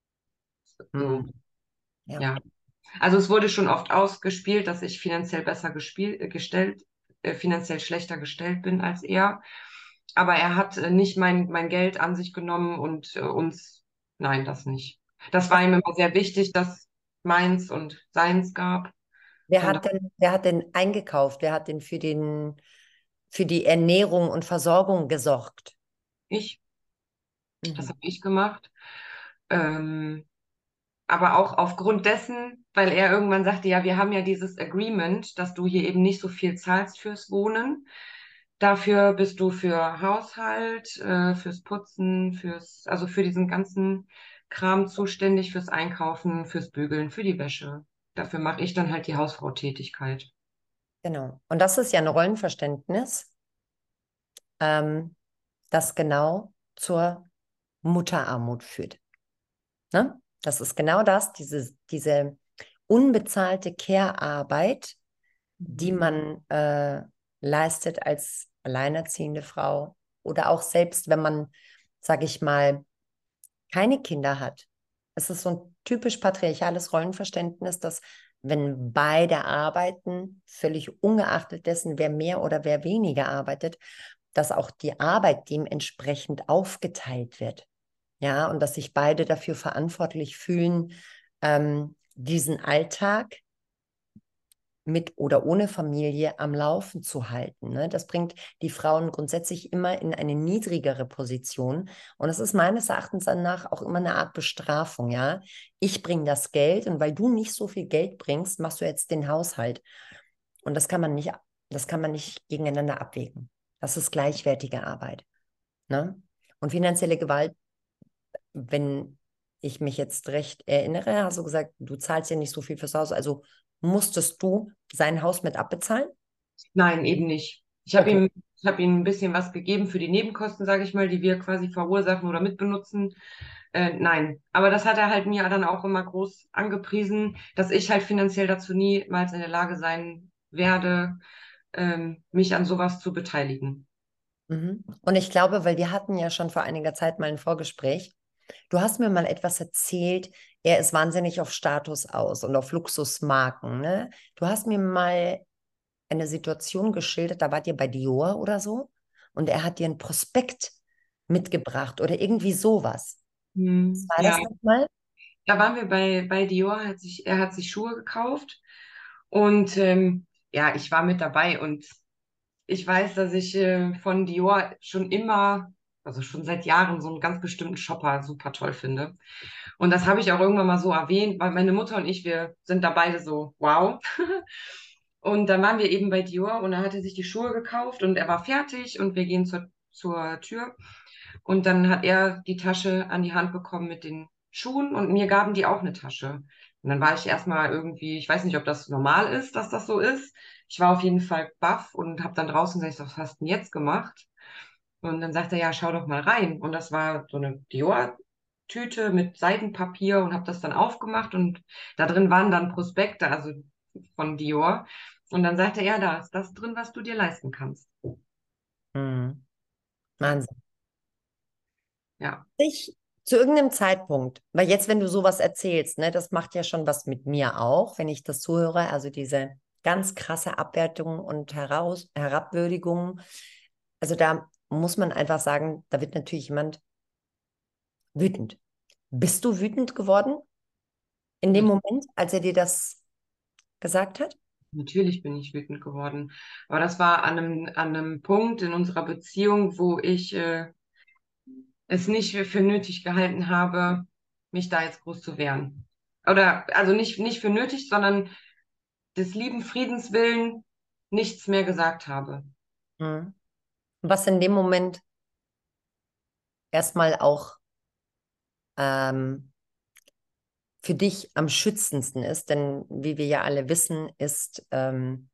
So, Mhm. Ja. ja. Also es wurde schon oft ausgespielt, dass ich finanziell besser gespielt, äh, gestellt, äh, finanziell schlechter gestellt bin als er. Aber er hat äh, nicht mein, mein Geld an sich genommen und äh, uns, nein, das nicht. Das war ihm immer sehr wichtig, dass meins und seins gab. Wer Von hat daher denn, wer hat denn eingekauft? Wer hat denn für den, für die Ernährung und Versorgung gesorgt? ich, das Mhm. habe ich gemacht. Ähm, aber auch aufgrund dessen, weil er irgendwann sagte, ja, wir haben ja dieses Agreement, dass du hier eben nicht so viel zahlst fürs Wohnen. Dafür bist du für Haushalt, äh, fürs Putzen, fürs, also für diesen ganzen Kram zuständig, fürs Einkaufen, fürs Bügeln, für die Wäsche. Dafür mache ich dann halt die Hausfrau-Tätigkeit. Genau. Und das ist ja ein Rollenverständnis, ähm, das genau zur Mutterarmut führt. Ne? Das ist genau das, diese, diese unbezahlte Care-Arbeit, die Mhm. man äh, leistet als alleinerziehende Frau oder auch selbst, wenn man, sage ich mal, keine Kinder hat. Es ist so ein typisch patriarchales Rollenverständnis, dass wenn beide arbeiten, völlig ungeachtet dessen, wer mehr oder wer weniger arbeitet, dass auch die Arbeit dementsprechend aufgeteilt wird. Ja, und dass sich beide dafür verantwortlich fühlen, ähm, diesen Alltag mit oder ohne Familie am Laufen zu halten. Ne? Das bringt die Frauen grundsätzlich immer in eine niedrigere Position. Und es ist meines Erachtens danach auch immer eine Art Bestrafung. Ja, ich bringe das Geld und weil du nicht so viel Geld bringst, machst du jetzt den Haushalt. Und das kann man nicht, das kann man nicht gegeneinander abwägen. Das ist gleichwertige Arbeit. Ne? Und finanzielle Gewalt, wenn ich mich jetzt recht erinnere, hast du gesagt, du zahlst ja nicht so viel fürs Haus, also musstest du sein Haus mit abbezahlen? Nein, eben nicht. Ich habe Okay. ihm, ich habe ihm ein bisschen was gegeben für die Nebenkosten, sage ich mal, die wir quasi verursachen oder mitbenutzen. Äh, nein, aber das hat er halt mir dann auch immer groß angepriesen, dass ich halt finanziell dazu niemals in der Lage sein werde, ähm, mich an sowas zu beteiligen. Mhm. Und ich glaube, weil wir hatten ja schon vor einiger Zeit mal ein Vorgespräch. Du hast mir mal etwas erzählt, er ist wahnsinnig auf Status aus und auf Luxusmarken, ne? Du hast mir mal eine Situation geschildert, da wart ihr bei Dior oder so und er hat dir ein Prospekt mitgebracht oder irgendwie sowas. Was Hm, war ja, das nochmal? da waren wir bei, bei Dior, hat sich, er hat sich Schuhe gekauft und ähm, ja, ich war mit dabei und ich weiß, dass ich äh, von Dior schon immer, also schon seit Jahren, so einen ganz bestimmten Shopper super toll finde. Und das habe ich auch irgendwann mal so erwähnt, weil meine Mutter und ich, wir sind da beide so, wow. Und dann waren wir eben bei Dior und er hatte sich die Schuhe gekauft und er war fertig und wir gehen zur, zur Tür. Und dann hat er die Tasche an die Hand bekommen mit den Schuhen und mir gaben die auch eine Tasche. Und dann war ich erstmal irgendwie, ich weiß nicht, ob das normal ist, dass das so ist. Ich war auf jeden Fall baff und habe dann draußen gesagt, was hast du denn jetzt gemacht? Und dann sagt er, ja, schau doch mal rein. Und das war so eine Dior-Tüte mit Seidenpapier und habe das dann aufgemacht und da drin waren dann Prospekte, also von Dior. Und dann sagte er, ja, da ist das drin, was du dir leisten kannst. Mhm. Ja, Wahnsinn. ja. Ich zu irgendeinem Zeitpunkt, weil jetzt, wenn du sowas erzählst, ne, das macht ja schon was mit mir auch, wenn ich das zuhöre, also diese ganz krasse Abwertung und Heraus Herabwürdigung. Also da muss man einfach sagen, da wird natürlich jemand wütend. Bist du wütend geworden in dem Na- Moment, als er dir das gesagt hat? Natürlich bin ich wütend geworden. Aber das war an einem, an einem Punkt in unserer Beziehung, wo ich äh, es nicht für, für nötig gehalten habe, mich da jetzt groß zu wehren. Oder also nicht, nicht für nötig, sondern des lieben Friedens willen nichts mehr gesagt habe. Mhm. Was in dem Moment erstmal auch ähm, für dich am schützendsten ist, denn wie wir ja alle wissen, ist ähm,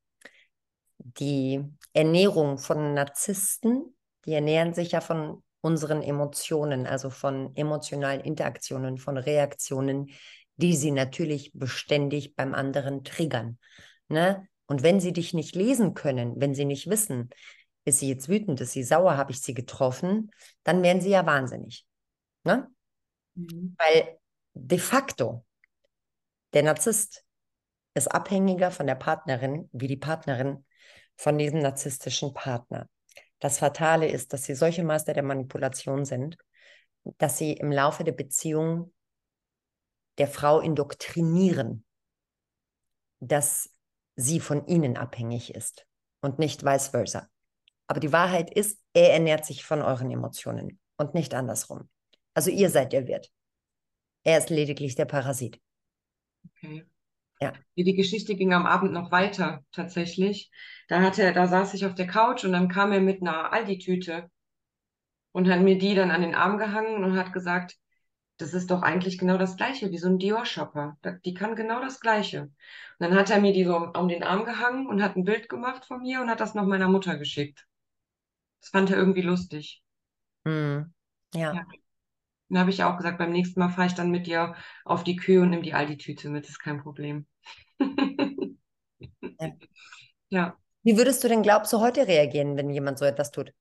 die Ernährung von Narzissten, die ernähren sich ja von unseren Emotionen, also von emotionalen Interaktionen, von Reaktionen, die sie natürlich beständig beim anderen triggern. Ne? Und wenn sie dich nicht lesen können, wenn sie nicht wissen, ist sie jetzt wütend, ist sie sauer, habe ich sie getroffen, dann werden sie ja wahnsinnig. Ne? Mhm. Weil de facto der Narzisst ist abhängiger von der Partnerin wie die Partnerin von diesem narzisstischen Partner. Das Fatale ist, dass sie solche Meister der Manipulation sind, dass sie im Laufe der Beziehung der Frau indoktrinieren, dass sie von ihnen abhängig ist und nicht vice versa. Aber die Wahrheit ist, er ernährt sich von euren Emotionen und nicht andersrum. Also ihr seid der Wirt. Er ist lediglich der Parasit. Okay. Ja. Die die Geschichte ging am Abend noch weiter, tatsächlich. Da hatte er, da saß ich auf der Couch und dann kam er mit einer Aldi-Tüte und hat mir die dann an den Arm gehangen und hat gesagt, das ist doch eigentlich genau das Gleiche wie so ein Dior-Shopper. Da- Die kann genau das Gleiche. Und dann hat er mir die so um, um den Arm gehangen und hat ein Bild gemacht von mir und hat das noch meiner Mutter geschickt. Das fand er irgendwie lustig. Hm. Ja. Ja. Dann habe ich auch gesagt, beim nächsten Mal fahre ich dann mit dir auf die Kühe und nimm die Aldi-Tüte mit, ist kein Problem. Ja. Ja. Wie würdest du denn, glaubst du, heute reagieren, wenn jemand so etwas tut?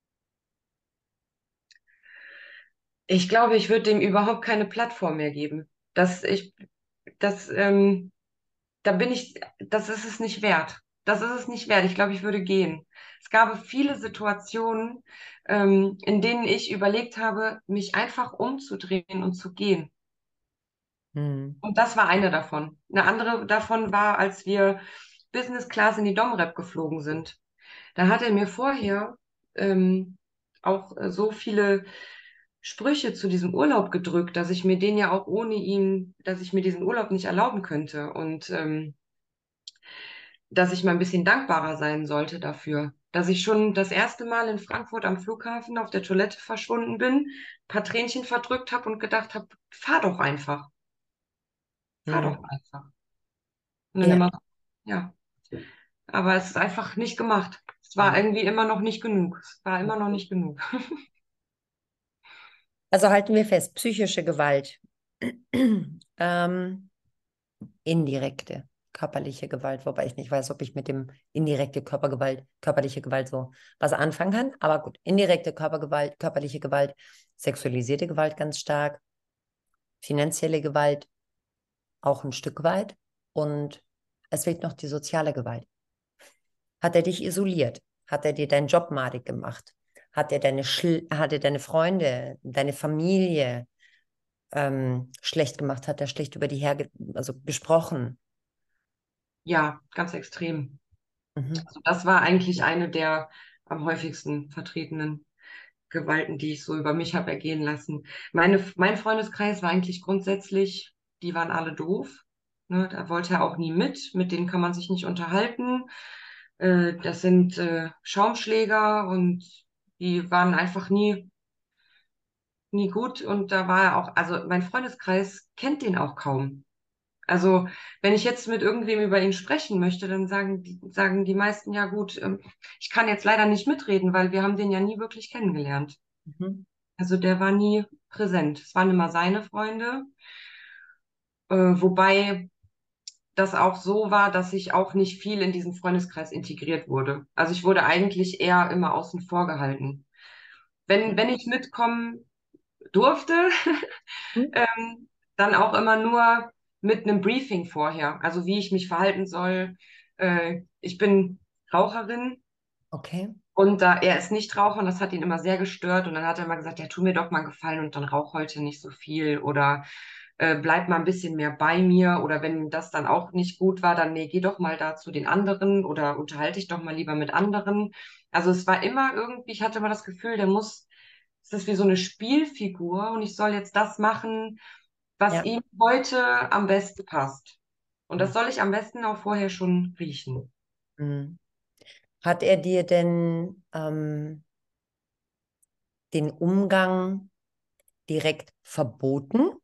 Ich glaube, ich würde dem überhaupt keine Plattform mehr geben. Das, ich, das, ähm, da bin ich, das ist es nicht wert. Das ist es nicht wert. Ich glaube, ich würde gehen. Es gab viele Situationen, ähm, in denen ich überlegt habe, mich einfach umzudrehen und zu gehen. Hm. Und das war eine davon. Eine andere davon war, als wir Business Class in die Domrep geflogen sind. Da hat er mir vorher ähm, auch äh, so viele Sprüche zu diesem Urlaub gedrückt, dass ich mir den ja auch ohne ihn, dass ich mir diesen Urlaub nicht erlauben könnte und ähm, dass ich mal ein bisschen dankbarer sein sollte dafür. Dass ich schon das erste Mal in Frankfurt am Flughafen auf der Toilette verschwunden bin, ein paar Tränchen verdrückt habe und gedacht habe, fahr doch einfach, fahr Hm. doch einfach. Und dann Ja. immer, ja, aber es ist einfach nicht gemacht. Es war Ja. irgendwie immer noch nicht genug. Es war immer noch nicht genug. Also halten wir fest, psychische Gewalt, ähm, indirekte körperliche Gewalt, wobei ich nicht weiß, ob ich mit dem indirekte Körpergewalt, körperliche Gewalt so was anfangen kann. Aber gut, indirekte Körpergewalt, körperliche Gewalt, sexualisierte Gewalt ganz stark, finanzielle Gewalt auch ein Stück weit und es fehlt noch die soziale Gewalt. Hat er dich isoliert? Hat er dir deinen Job madig gemacht? Hat er deine, Schl hat er deine Freunde, deine Familie ähm, schlecht gemacht? Hat er schlecht über die herge also gesprochen? Ja, ganz extrem. Mhm. Also das war eigentlich eine der am häufigsten vertretenen Gewalten, die ich so über mich habe ergehen lassen. Meine, mein Freundeskreis war eigentlich grundsätzlich, die waren alle doof. Ne, da wollte er auch nie mit. Mit denen kann man sich nicht unterhalten. Äh, das sind äh, Schaumschläger und die waren einfach nie, nie gut. Und da war er auch, also mein Freundeskreis kennt den auch kaum. Also, wenn ich jetzt mit irgendwem über ihn sprechen möchte, dann sagen die, sagen die meisten, ja gut, ähm, ich kann jetzt leider nicht mitreden, weil wir haben den ja nie wirklich kennengelernt. Mhm. Also der war nie präsent. Es waren immer seine Freunde, äh, wobei das auch so war, dass ich auch nicht viel in diesen Freundeskreis integriert wurde. Also ich wurde eigentlich eher immer außen vor gehalten. Wenn, wenn ich mitkommen durfte, Mhm. ähm, dann auch immer nur mit einem Briefing vorher, also wie ich mich verhalten soll. Äh, ich bin Raucherin Okay. und da er ist nicht Raucher und das hat ihn immer sehr gestört und dann hat er immer gesagt, ja, tu mir doch mal einen Gefallen und dann rauch heute nicht so viel oder äh, bleib mal ein bisschen mehr bei mir oder wenn das dann auch nicht gut war, dann nee, geh doch mal da zu den anderen oder unterhalte dich doch mal lieber mit anderen. Also es war immer irgendwie, ich hatte immer das Gefühl, der muss, es ist wie so eine Spielfigur und ich soll jetzt das machen, was Ja. ihm heute am besten passt. Und das soll ich am besten auch vorher schon riechen. Mhm. Hat er dir denn ähm, den Umgang direkt verboten?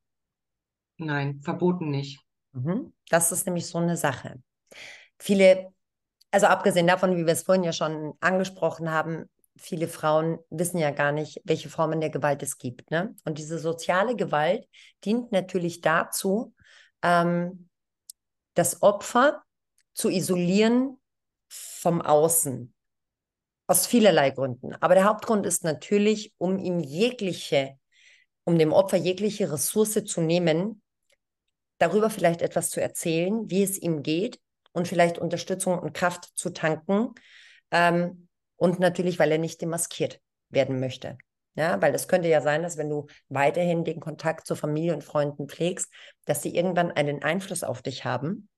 Nein, verboten nicht. Mhm. Das ist nämlich so eine Sache. Viele, also abgesehen davon, wie wir es vorhin ja schon angesprochen haben, viele Frauen wissen ja gar nicht, welche Formen der Gewalt es gibt, ne? Und diese soziale Gewalt dient natürlich dazu, ähm, das Opfer zu isolieren vom Außen. Aus vielerlei Gründen. Aber der Hauptgrund ist natürlich, um ihm jegliche, um dem Opfer jegliche Ressource zu nehmen, darüber vielleicht etwas zu erzählen, wie es ihm geht und vielleicht Unterstützung und Kraft zu tanken. Ähm, und natürlich, weil er nicht demaskiert werden möchte. Ja, weil es könnte ja sein, dass wenn du weiterhin den Kontakt zur Familie und Freunden pflegst, dass sie irgendwann einen Einfluss auf dich haben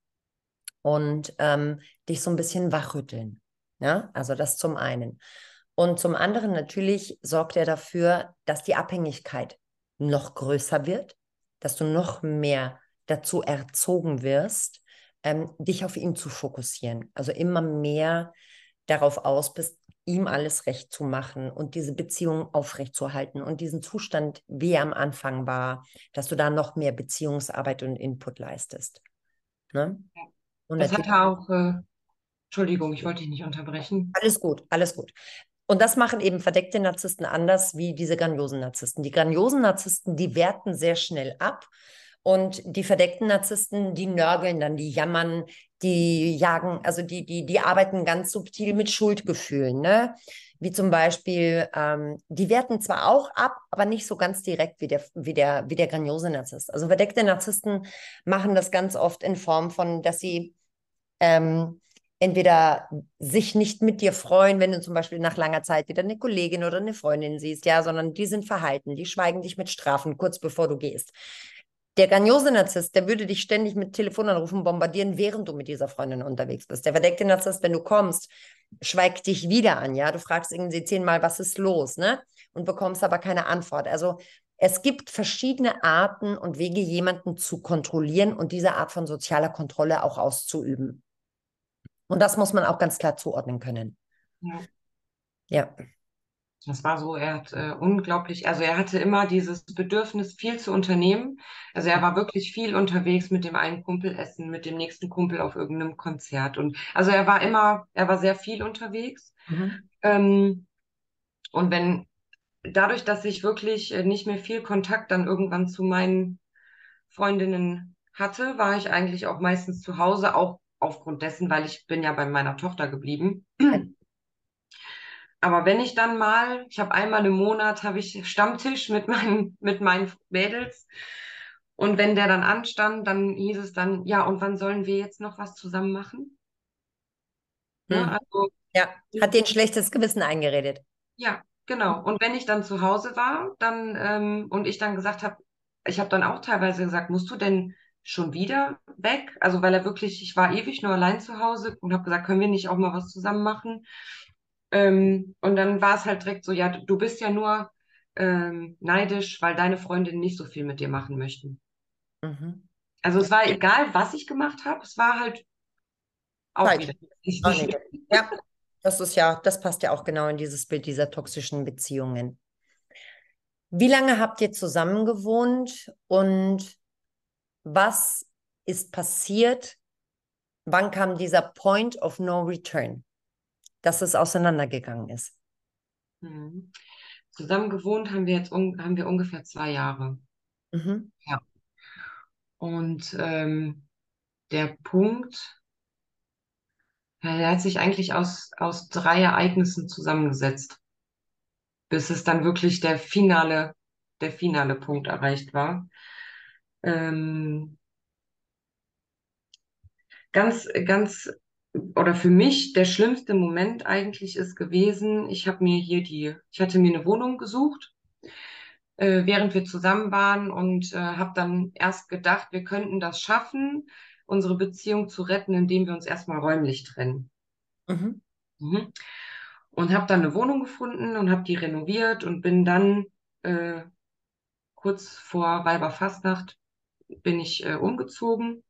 und ähm, dich so ein bisschen wachrütteln. Ja, also das zum einen. Und zum anderen natürlich sorgt er dafür, dass die Abhängigkeit noch größer wird, dass du noch mehr dazu erzogen wirst, ähm, dich auf ihn zu fokussieren. Also immer mehr darauf aus bist, ihm alles recht zu machen und diese Beziehung aufrechtzuerhalten und diesen Zustand, wie er am Anfang war, dass du da noch mehr Beziehungsarbeit und Input leistest. Ne? Und Das natürlich, hatte auch, äh, Entschuldigung, ich wollte dich nicht unterbrechen. alles gut, alles gut. Und das machen eben verdeckte Narzissten anders wie diese grandiosen Narzissten. Die grandiosen Narzissten, die werten sehr schnell ab. Und die verdeckten Narzissten, die nörgeln dann, die jammern, die jagen, also die, die, die arbeiten ganz subtil mit Schuldgefühlen, ne? Wie zum Beispiel, ähm, die werten zwar auch ab, aber nicht so ganz direkt wie der, wie der, wie der grandiose Narzisst. Also verdeckte Narzissten machen das ganz oft in Form von, dass sie ähm, entweder sich nicht mit dir freuen, wenn du zum Beispiel nach langer Zeit wieder eine Kollegin oder eine Freundin siehst, ja, sondern die sind verhalten, die schweigen dich mit Strafen kurz bevor du gehst. Der grandiose Narzisst, der würde dich ständig mit Telefonanrufen bombardieren, während du mit dieser Freundin unterwegs bist. Der verdeckte Narzisst, wenn du kommst, schweigt dich wieder an, ja. Du fragst irgendwie zehnmal, was ist los, ne? Und bekommst aber keine Antwort. Also es gibt verschiedene Arten und Wege, jemanden zu kontrollieren und diese Art von sozialer Kontrolle auch auszuüben. Und das muss man auch ganz klar zuordnen können. Ja. Ja. Das war so, er hat äh, unglaublich, also er hatte immer dieses Bedürfnis, viel zu unternehmen. Also er war wirklich viel unterwegs mit dem einen Kumpel essen, mit dem nächsten Kumpel auf irgendeinem Konzert. Und also er war immer, er war sehr viel unterwegs. Mhm. Ähm, und wenn, dadurch, dass ich wirklich äh, nicht mehr viel Kontakt dann irgendwann zu meinen Freundinnen hatte, war ich eigentlich auch meistens zu Hause, auch aufgrund dessen, weil ich bin ja bei meiner Tochter geblieben. Aber wenn ich dann mal, ich habe einmal im Monat, habe ich Stammtisch mit meinen, mit meinen Mädels. Und wenn der dann anstand, dann hieß es dann, ja, und wann sollen wir jetzt noch was zusammen machen? Ne? Mhm. Also, Ja, hat dir ein schlechtes Gewissen eingeredet. ja, genau. Und wenn ich dann zu Hause war, dann, ähm, und ich dann gesagt habe, ich habe dann auch teilweise gesagt, musst du denn schon wieder weg. Also weil er wirklich, ich war ewig nur allein zu Hause und habe gesagt, können wir nicht auch mal was zusammen machen? Ähm, und dann war es halt direkt so, ja, du bist ja nur ähm, neidisch, weil deine Freundinnen nicht so viel mit dir machen möchten. Mhm. Also es war egal, was ich gemacht habe, es war halt auch Zeit. wieder Ah, richtig. nee. Ja, das ist ja, das passt ja auch genau in dieses Bild dieser toxischen Beziehungen. Wie lange habt ihr zusammen gewohnt und was ist passiert? Wann kam dieser Point of No Return, dass es auseinandergegangen ist? Mhm. Zusammen gewohnt haben wir jetzt un haben wir ungefähr zwei Jahre. Mhm. Ja. Und ähm, der Punkt, ja, der hat sich eigentlich aus, aus drei Ereignissen zusammengesetzt, bis es dann wirklich der finale, der finale Punkt erreicht war. Ähm, ganz, ganz, oder für mich der schlimmste Moment eigentlich ist gewesen, ich habe mir hier die, ich hatte mir eine Wohnung gesucht, äh, während wir zusammen waren und äh, habe dann erst gedacht, wir könnten das schaffen, unsere Beziehung zu retten, indem wir uns erstmal räumlich trennen. Mhm. Mhm. Und habe dann eine Wohnung gefunden und habe die renoviert und bin dann äh, kurz vor Weiberfastnacht bin ich äh, umgezogen.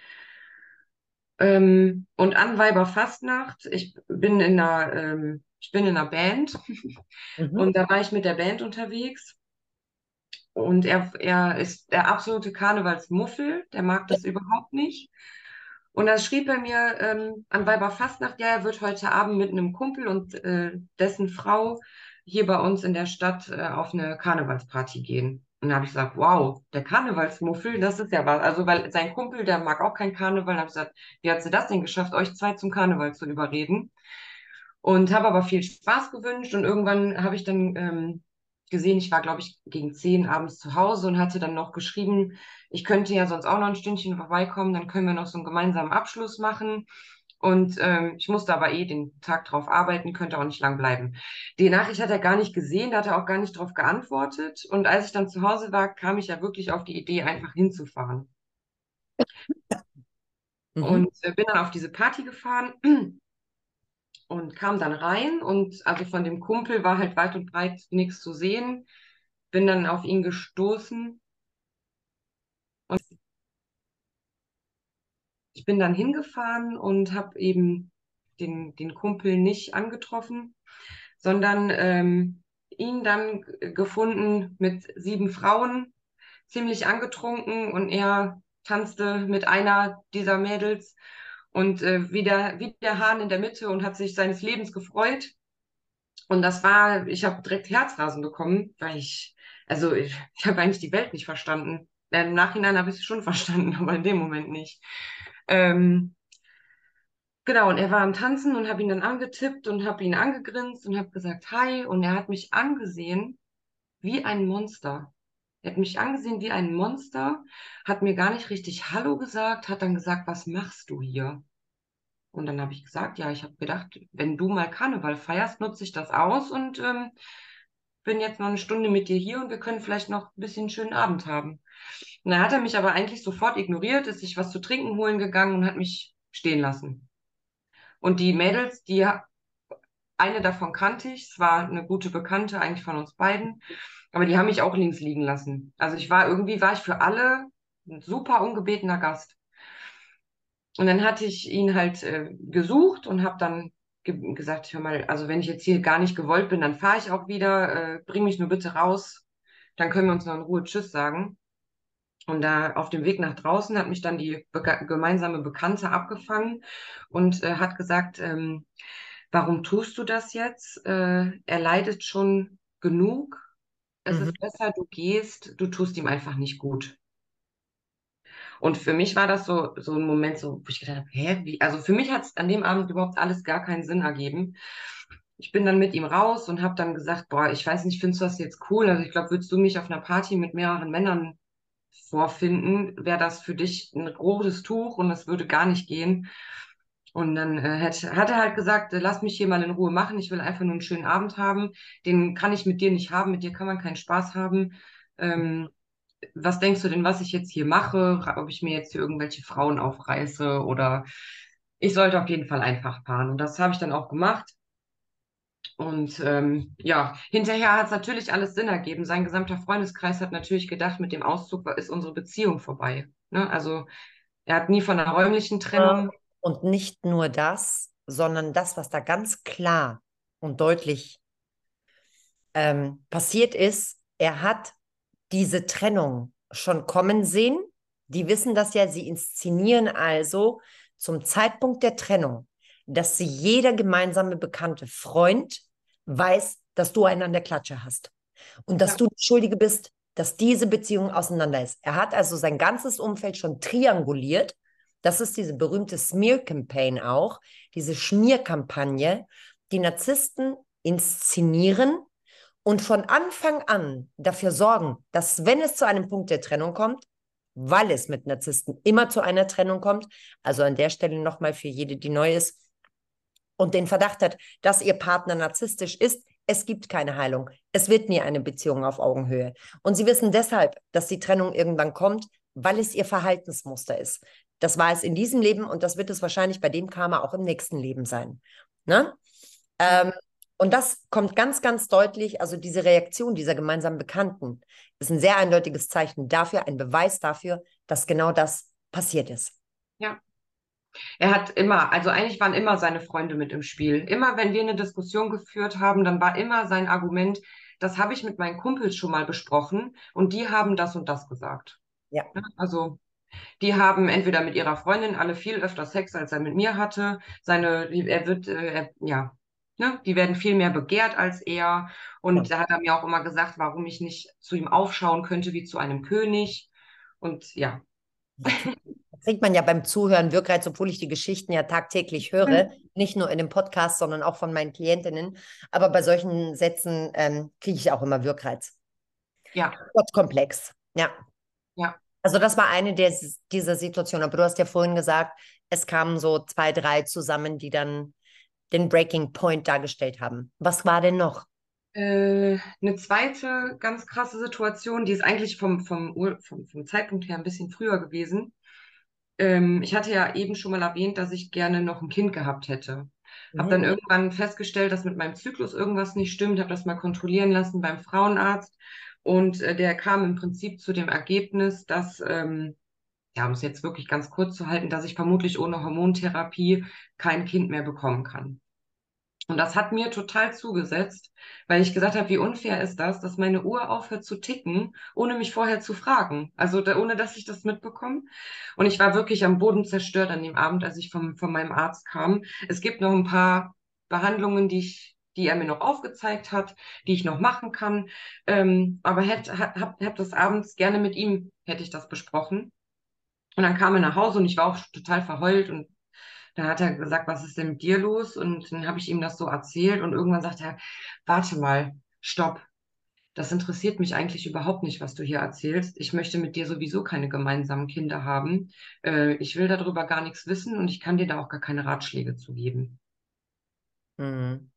Ähm, und an Weiberfastnacht, ich bin in einer, ähm, ich bin in einer Band Mhm. und da war ich mit der Band unterwegs und er, er ist der absolute Karnevalsmuffel, der mag das überhaupt nicht. Und da schrieb er mir ähm, an Weiberfastnacht, ja, er wird heute Abend mit einem Kumpel und äh, dessen Frau hier bei uns in der Stadt äh, auf eine Karnevalsparty gehen. Und da habe ich gesagt, wow, der Karnevalsmuffel, das ist ja was. Also, weil sein Kumpel, der mag auch kein Karneval, habe ich gesagt, wie hat sie das denn geschafft, euch zwei zum Karneval zu überreden? Und habe aber viel Spaß gewünscht und irgendwann habe ich dann ähm, gesehen, ich war, glaube ich, gegen zehn abends zu Hause und hatte dann noch geschrieben, ich könnte ja sonst auch noch ein Stündchen vorbeikommen, dann können wir noch so einen gemeinsamen Abschluss machen. Und ähm, ich musste aber eh den Tag drauf arbeiten, könnte auch nicht lang bleiben. Die Nachricht hat er gar nicht gesehen, da hat er auch gar nicht drauf geantwortet. Und als ich dann zu Hause war, kam ich ja wirklich auf die Idee, einfach hinzufahren. Mhm. Und äh, bin dann auf diese Party gefahren und kam dann rein und also von dem Kumpel war halt weit und breit nichts zu sehen. Bin dann auf ihn gestoßen und ich bin dann hingefahren und habe eben den, den Kumpel nicht angetroffen, sondern ähm, ihn dann g- gefunden mit sieben Frauen, ziemlich angetrunken und er tanzte mit einer dieser Mädels und äh, wie der, wie der Hahn in der Mitte und hat sich seines Lebens gefreut. Und das war, ich habe direkt Herzrasen bekommen, weil ich, also ich, ich habe eigentlich die Welt nicht verstanden. Im Nachhinein habe ich es schon verstanden, aber in dem Moment nicht. Ähm, genau, und er war am Tanzen und habe ihn dann angetippt und habe ihn angegrinst und habe gesagt, hi. Und er hat mich angesehen wie ein Monster. Er hat mich angesehen wie ein Monster, hat mir gar nicht richtig Hallo gesagt, hat dann gesagt, was machst du hier? Und dann habe ich gesagt, ja, ich habe gedacht, wenn du mal Karneval feierst, nutze ich das aus und ähm, bin jetzt noch eine Stunde mit dir hier und wir können vielleicht noch ein bisschen einen schönen Abend haben. Und dann hat er mich aber eigentlich sofort ignoriert, ist sich was zu trinken holen gegangen und hat mich stehen lassen. Und die Mädels, die eine davon kannte ich, es war eine gute Bekannte eigentlich von uns beiden, aber die haben mich auch links liegen lassen. Also ich war irgendwie, war ich für alle ein super ungebetener Gast. Und dann hatte ich ihn halt äh, gesucht und habe dann ge gesagt, hör mal, also wenn ich jetzt hier gar nicht gewollt bin, dann fahre ich auch wieder, äh, bring mich nur bitte raus, dann können wir uns noch in Ruhe Tschüss sagen. Und da auf dem Weg nach draußen hat mich dann die bega- gemeinsame Bekannte abgefangen und äh, hat gesagt, ähm, warum tust du das jetzt? Äh, er leidet schon genug. Es Mhm. ist besser, du gehst, du tust ihm einfach nicht gut. Und für mich war das so, so ein Moment, so, wo ich gedacht habe, hä, wie? Also für mich hat es an dem Abend überhaupt alles gar keinen Sinn ergeben. Ich bin dann mit ihm raus und habe dann gesagt, boah, ich weiß nicht, findest du das jetzt cool? Also ich glaube, würdest du mich auf einer Party mit mehreren Männern vorfinden, wäre das für dich ein rotes Tuch und das würde gar nicht gehen. Und dann äh, hätte, hat er halt gesagt, äh, lass mich hier mal in Ruhe machen, ich will einfach nur einen schönen Abend haben. Den kann ich mit dir nicht haben, mit dir kann man keinen Spaß haben. Ähm, was denkst du denn, was ich jetzt hier mache? Ob ich mir jetzt hier irgendwelche Frauen aufreiße oder ich sollte auf jeden Fall einfach fahren. Und das habe ich dann auch gemacht. Und ähm, ja, hinterher hat es natürlich alles Sinn ergeben. Sein gesamter Freundeskreis hat natürlich gedacht, mit dem Auszug ist unsere Beziehung vorbei. Ne? Also er hat nie von einer räumlichen Trennung. Und nicht nur das, sondern das, was da ganz klar und deutlich ähm, passiert ist, er hat diese Trennung schon kommen sehen. Die wissen das ja, sie inszenieren also zum Zeitpunkt der Trennung, dass sie jeder gemeinsame bekannte Freund weiß, dass du einen an der Klatsche hast und dass Ja, du die Schuldige bist, dass diese Beziehung auseinander ist. Er hat also sein ganzes Umfeld schon trianguliert. Das ist diese berühmte Smear-Campaign auch, diese Schmierkampagne, die Narzissten inszenieren und von Anfang an dafür sorgen, dass wenn es zu einem Punkt der Trennung kommt, weil es mit Narzissten immer zu einer Trennung kommt, also an der Stelle nochmal für jede, die neu ist und den Verdacht hat, dass ihr Partner narzisstisch ist, es gibt keine Heilung. Es wird nie eine Beziehung auf Augenhöhe. Und sie wissen deshalb, dass die Trennung irgendwann kommt, weil es ihr Verhaltensmuster ist. Das war es in diesem Leben und das wird es wahrscheinlich bei dem Karma auch im nächsten Leben sein. Ne? ja, Ähm, und das kommt ganz, ganz deutlich, also diese Reaktion dieser gemeinsamen Bekannten ist ein sehr eindeutiges Zeichen dafür, ein Beweis dafür, dass genau das passiert ist. ja. Er hat immer, also eigentlich waren immer seine Freunde mit im Spiel. Immer wenn wir eine Diskussion geführt haben, dann war immer sein Argument, das habe ich mit meinen Kumpels schon mal besprochen und die haben das und das gesagt. Ja. Ne? Also die haben entweder mit ihrer Freundin alle viel öfter Sex, als er mit mir hatte. Seine, er wird, äh, er, ja, ne, die werden viel mehr begehrt als er. Und Ja. da hat er mir auch immer gesagt, warum ich nicht zu ihm aufschauen könnte wie zu einem König. Und ja. Natürlich. Da kriegt man ja beim Zuhören Wirkreiz, obwohl ich die Geschichten ja tagtäglich höre, nicht nur in dem Podcast, sondern auch von meinen Klientinnen. Aber bei solchen Sätzen ähm, kriege ich auch immer Wirkreiz. Ja, Gott komplex. Ja. ja. Also das war eine der, dieser Situationen. Aber du hast ja vorhin gesagt, es kamen so zwei, drei zusammen, die dann den Breaking Point dargestellt haben. Was war denn noch? Äh, eine zweite ganz krasse Situation, die ist eigentlich vom, vom, Ur vom, vom Zeitpunkt her ein bisschen früher gewesen. Ähm, ich hatte ja eben schon mal erwähnt, dass ich gerne noch ein Kind gehabt hätte. Habe Mhm. dann irgendwann festgestellt, dass mit meinem Zyklus irgendwas nicht stimmt, habe das mal kontrollieren lassen beim Frauenarzt und äh, der kam im Prinzip zu dem Ergebnis, dass, ähm, ja, um es jetzt wirklich ganz kurz zu halten, dass ich vermutlich ohne Hormontherapie kein Kind mehr bekommen kann. Und das hat mir total zugesetzt, weil ich gesagt habe, wie unfair ist das, dass meine Uhr aufhört zu ticken, ohne mich vorher zu fragen. Also da, ohne dass ich das mitbekomme. Und ich war wirklich am Boden zerstört an dem Abend, als ich vom, von meinem Arzt kam. Es gibt noch ein paar Behandlungen, die ich, die er mir noch aufgezeigt hat, die ich noch machen kann. Ähm, aber hätte, hab, hab hab das abends gerne mit ihm, hätte ich das besprochen. Und dann kam er nach Hause und ich war auch total verheult und dann hat er gesagt, was ist denn mit dir los? Und dann habe ich ihm das so erzählt und irgendwann sagt er, warte mal, stopp. Das interessiert mich eigentlich überhaupt nicht, was du hier erzählst. Ich möchte mit dir sowieso keine gemeinsamen Kinder haben. Äh, ich will darüber gar nichts wissen und ich kann dir da auch gar keine Ratschläge zu geben. Mhm.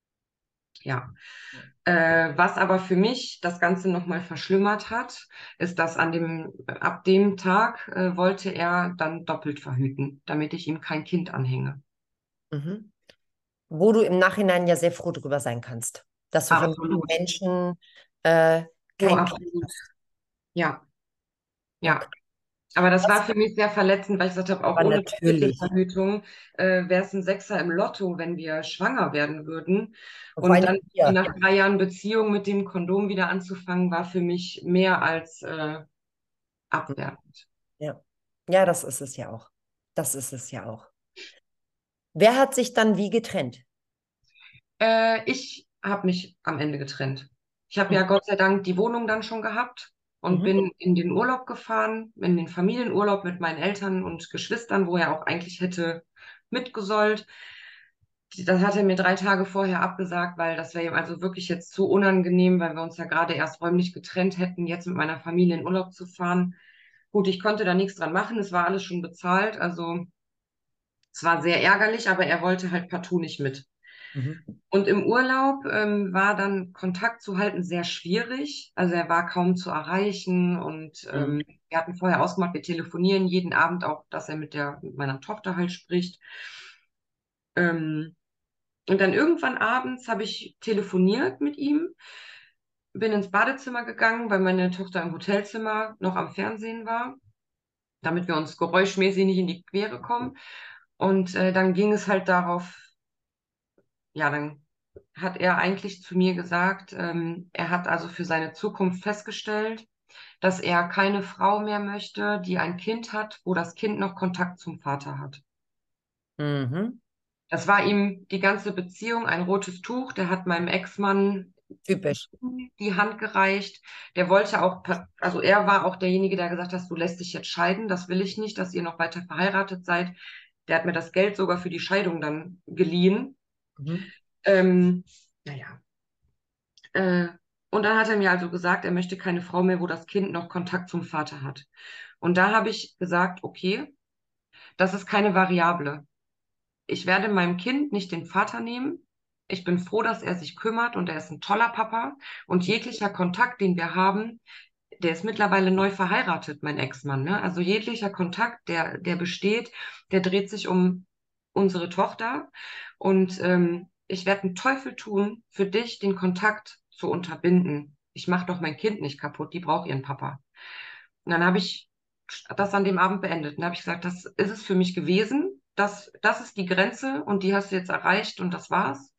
Ja. Äh, was aber für mich das Ganze nochmal verschlimmert hat, ist, dass an dem, ab dem Tag äh, wollte er dann doppelt verhüten, damit ich ihm kein Kind anhänge. Mhm. Wo du im Nachhinein ja sehr froh drüber sein kannst, dass du von diesem Absolut. Menschen äh, Oh, kein Kind absolut. hast. Ja, Okay. ja. Aber das Das war für mich sehr verletzend, weil ich gesagt habe, auch war ohne natürlich. Doppelverhütung äh, wäre es ein Sechser im Lotto, wenn wir schwanger werden würden. Und vor Und allen dann Dingen hier. nach drei Jahren Beziehung mit dem Kondom wieder anzufangen, war für mich mehr als äh, abwertend. Ja. Ja, das ist es ja auch. Das ist es ja auch. Wer hat sich dann wie getrennt? Äh, ich habe mich am Ende getrennt. Ich habe ja Mhm. Gott sei Dank die Wohnung dann schon gehabt und Mhm. bin in den Urlaub gefahren, in den Familienurlaub mit meinen Eltern und Geschwistern, wo er auch eigentlich hätte mitgesollt. Das hat er mir drei Tage vorher abgesagt, weil das wäre ihm also wirklich jetzt zu unangenehm, weil wir uns ja gerade erst räumlich getrennt hätten, jetzt mit meiner Familie in Urlaub zu fahren. Gut, ich konnte da nichts dran machen, es war alles schon bezahlt, also es war sehr ärgerlich, aber er wollte halt partout nicht mit. Mhm. Und im Urlaub ähm, war dann Kontakt zu halten sehr schwierig. Also er war kaum zu erreichen und Mhm. ähm, wir hatten vorher ausgemacht, wir telefonieren jeden Abend auch, dass er mit der mit meiner Tochter halt spricht. Ähm, und dann irgendwann abends habe ich telefoniert mit ihm, bin ins Badezimmer gegangen, weil meine Tochter im Hotelzimmer noch am Fernsehen war, damit wir uns geräuschmäßig nicht in die Quere kommen. Und äh, dann ging es halt darauf, ja, dann hat er eigentlich zu mir gesagt, ähm, er hat also für seine Zukunft festgestellt, dass er keine Frau mehr möchte, die ein Kind hat, wo das Kind noch Kontakt zum Vater hat. Mhm. Das war ihm die ganze Beziehung ein rotes Tuch. Der hat meinem Ex-Mann Typisch. die Hand gereicht. Der wollte auch, also er war auch derjenige, der gesagt hat, du lässt dich jetzt scheiden, das will ich nicht, dass ihr noch weiter verheiratet seid. Der hat mir das Geld sogar für die Scheidung dann geliehen. Mhm. Ähm, naja. Äh, und dann hat er mir also gesagt, er möchte keine Frau mehr, wo das Kind noch Kontakt zum Vater hat. Und da habe ich gesagt, okay, das ist keine Variable. Ich werde meinem Kind nicht den Vater nehmen. Ich bin froh, dass er sich kümmert und er ist ein toller Papa. Und jeglicher Kontakt, den wir haben, der ist mittlerweile neu verheiratet, mein Ex-Mann, ne? Also jeglicher Kontakt, der, der besteht, der dreht sich um unsere Tochter. Und ähm, ich werde einen Teufel tun, für dich den Kontakt zu unterbinden. Ich mache doch mein Kind nicht kaputt, die braucht ihren Papa. Und dann habe ich das an dem Abend beendet. Und dann habe ich gesagt, das ist es für mich gewesen. Das, das ist die Grenze und die hast du jetzt erreicht und das war's.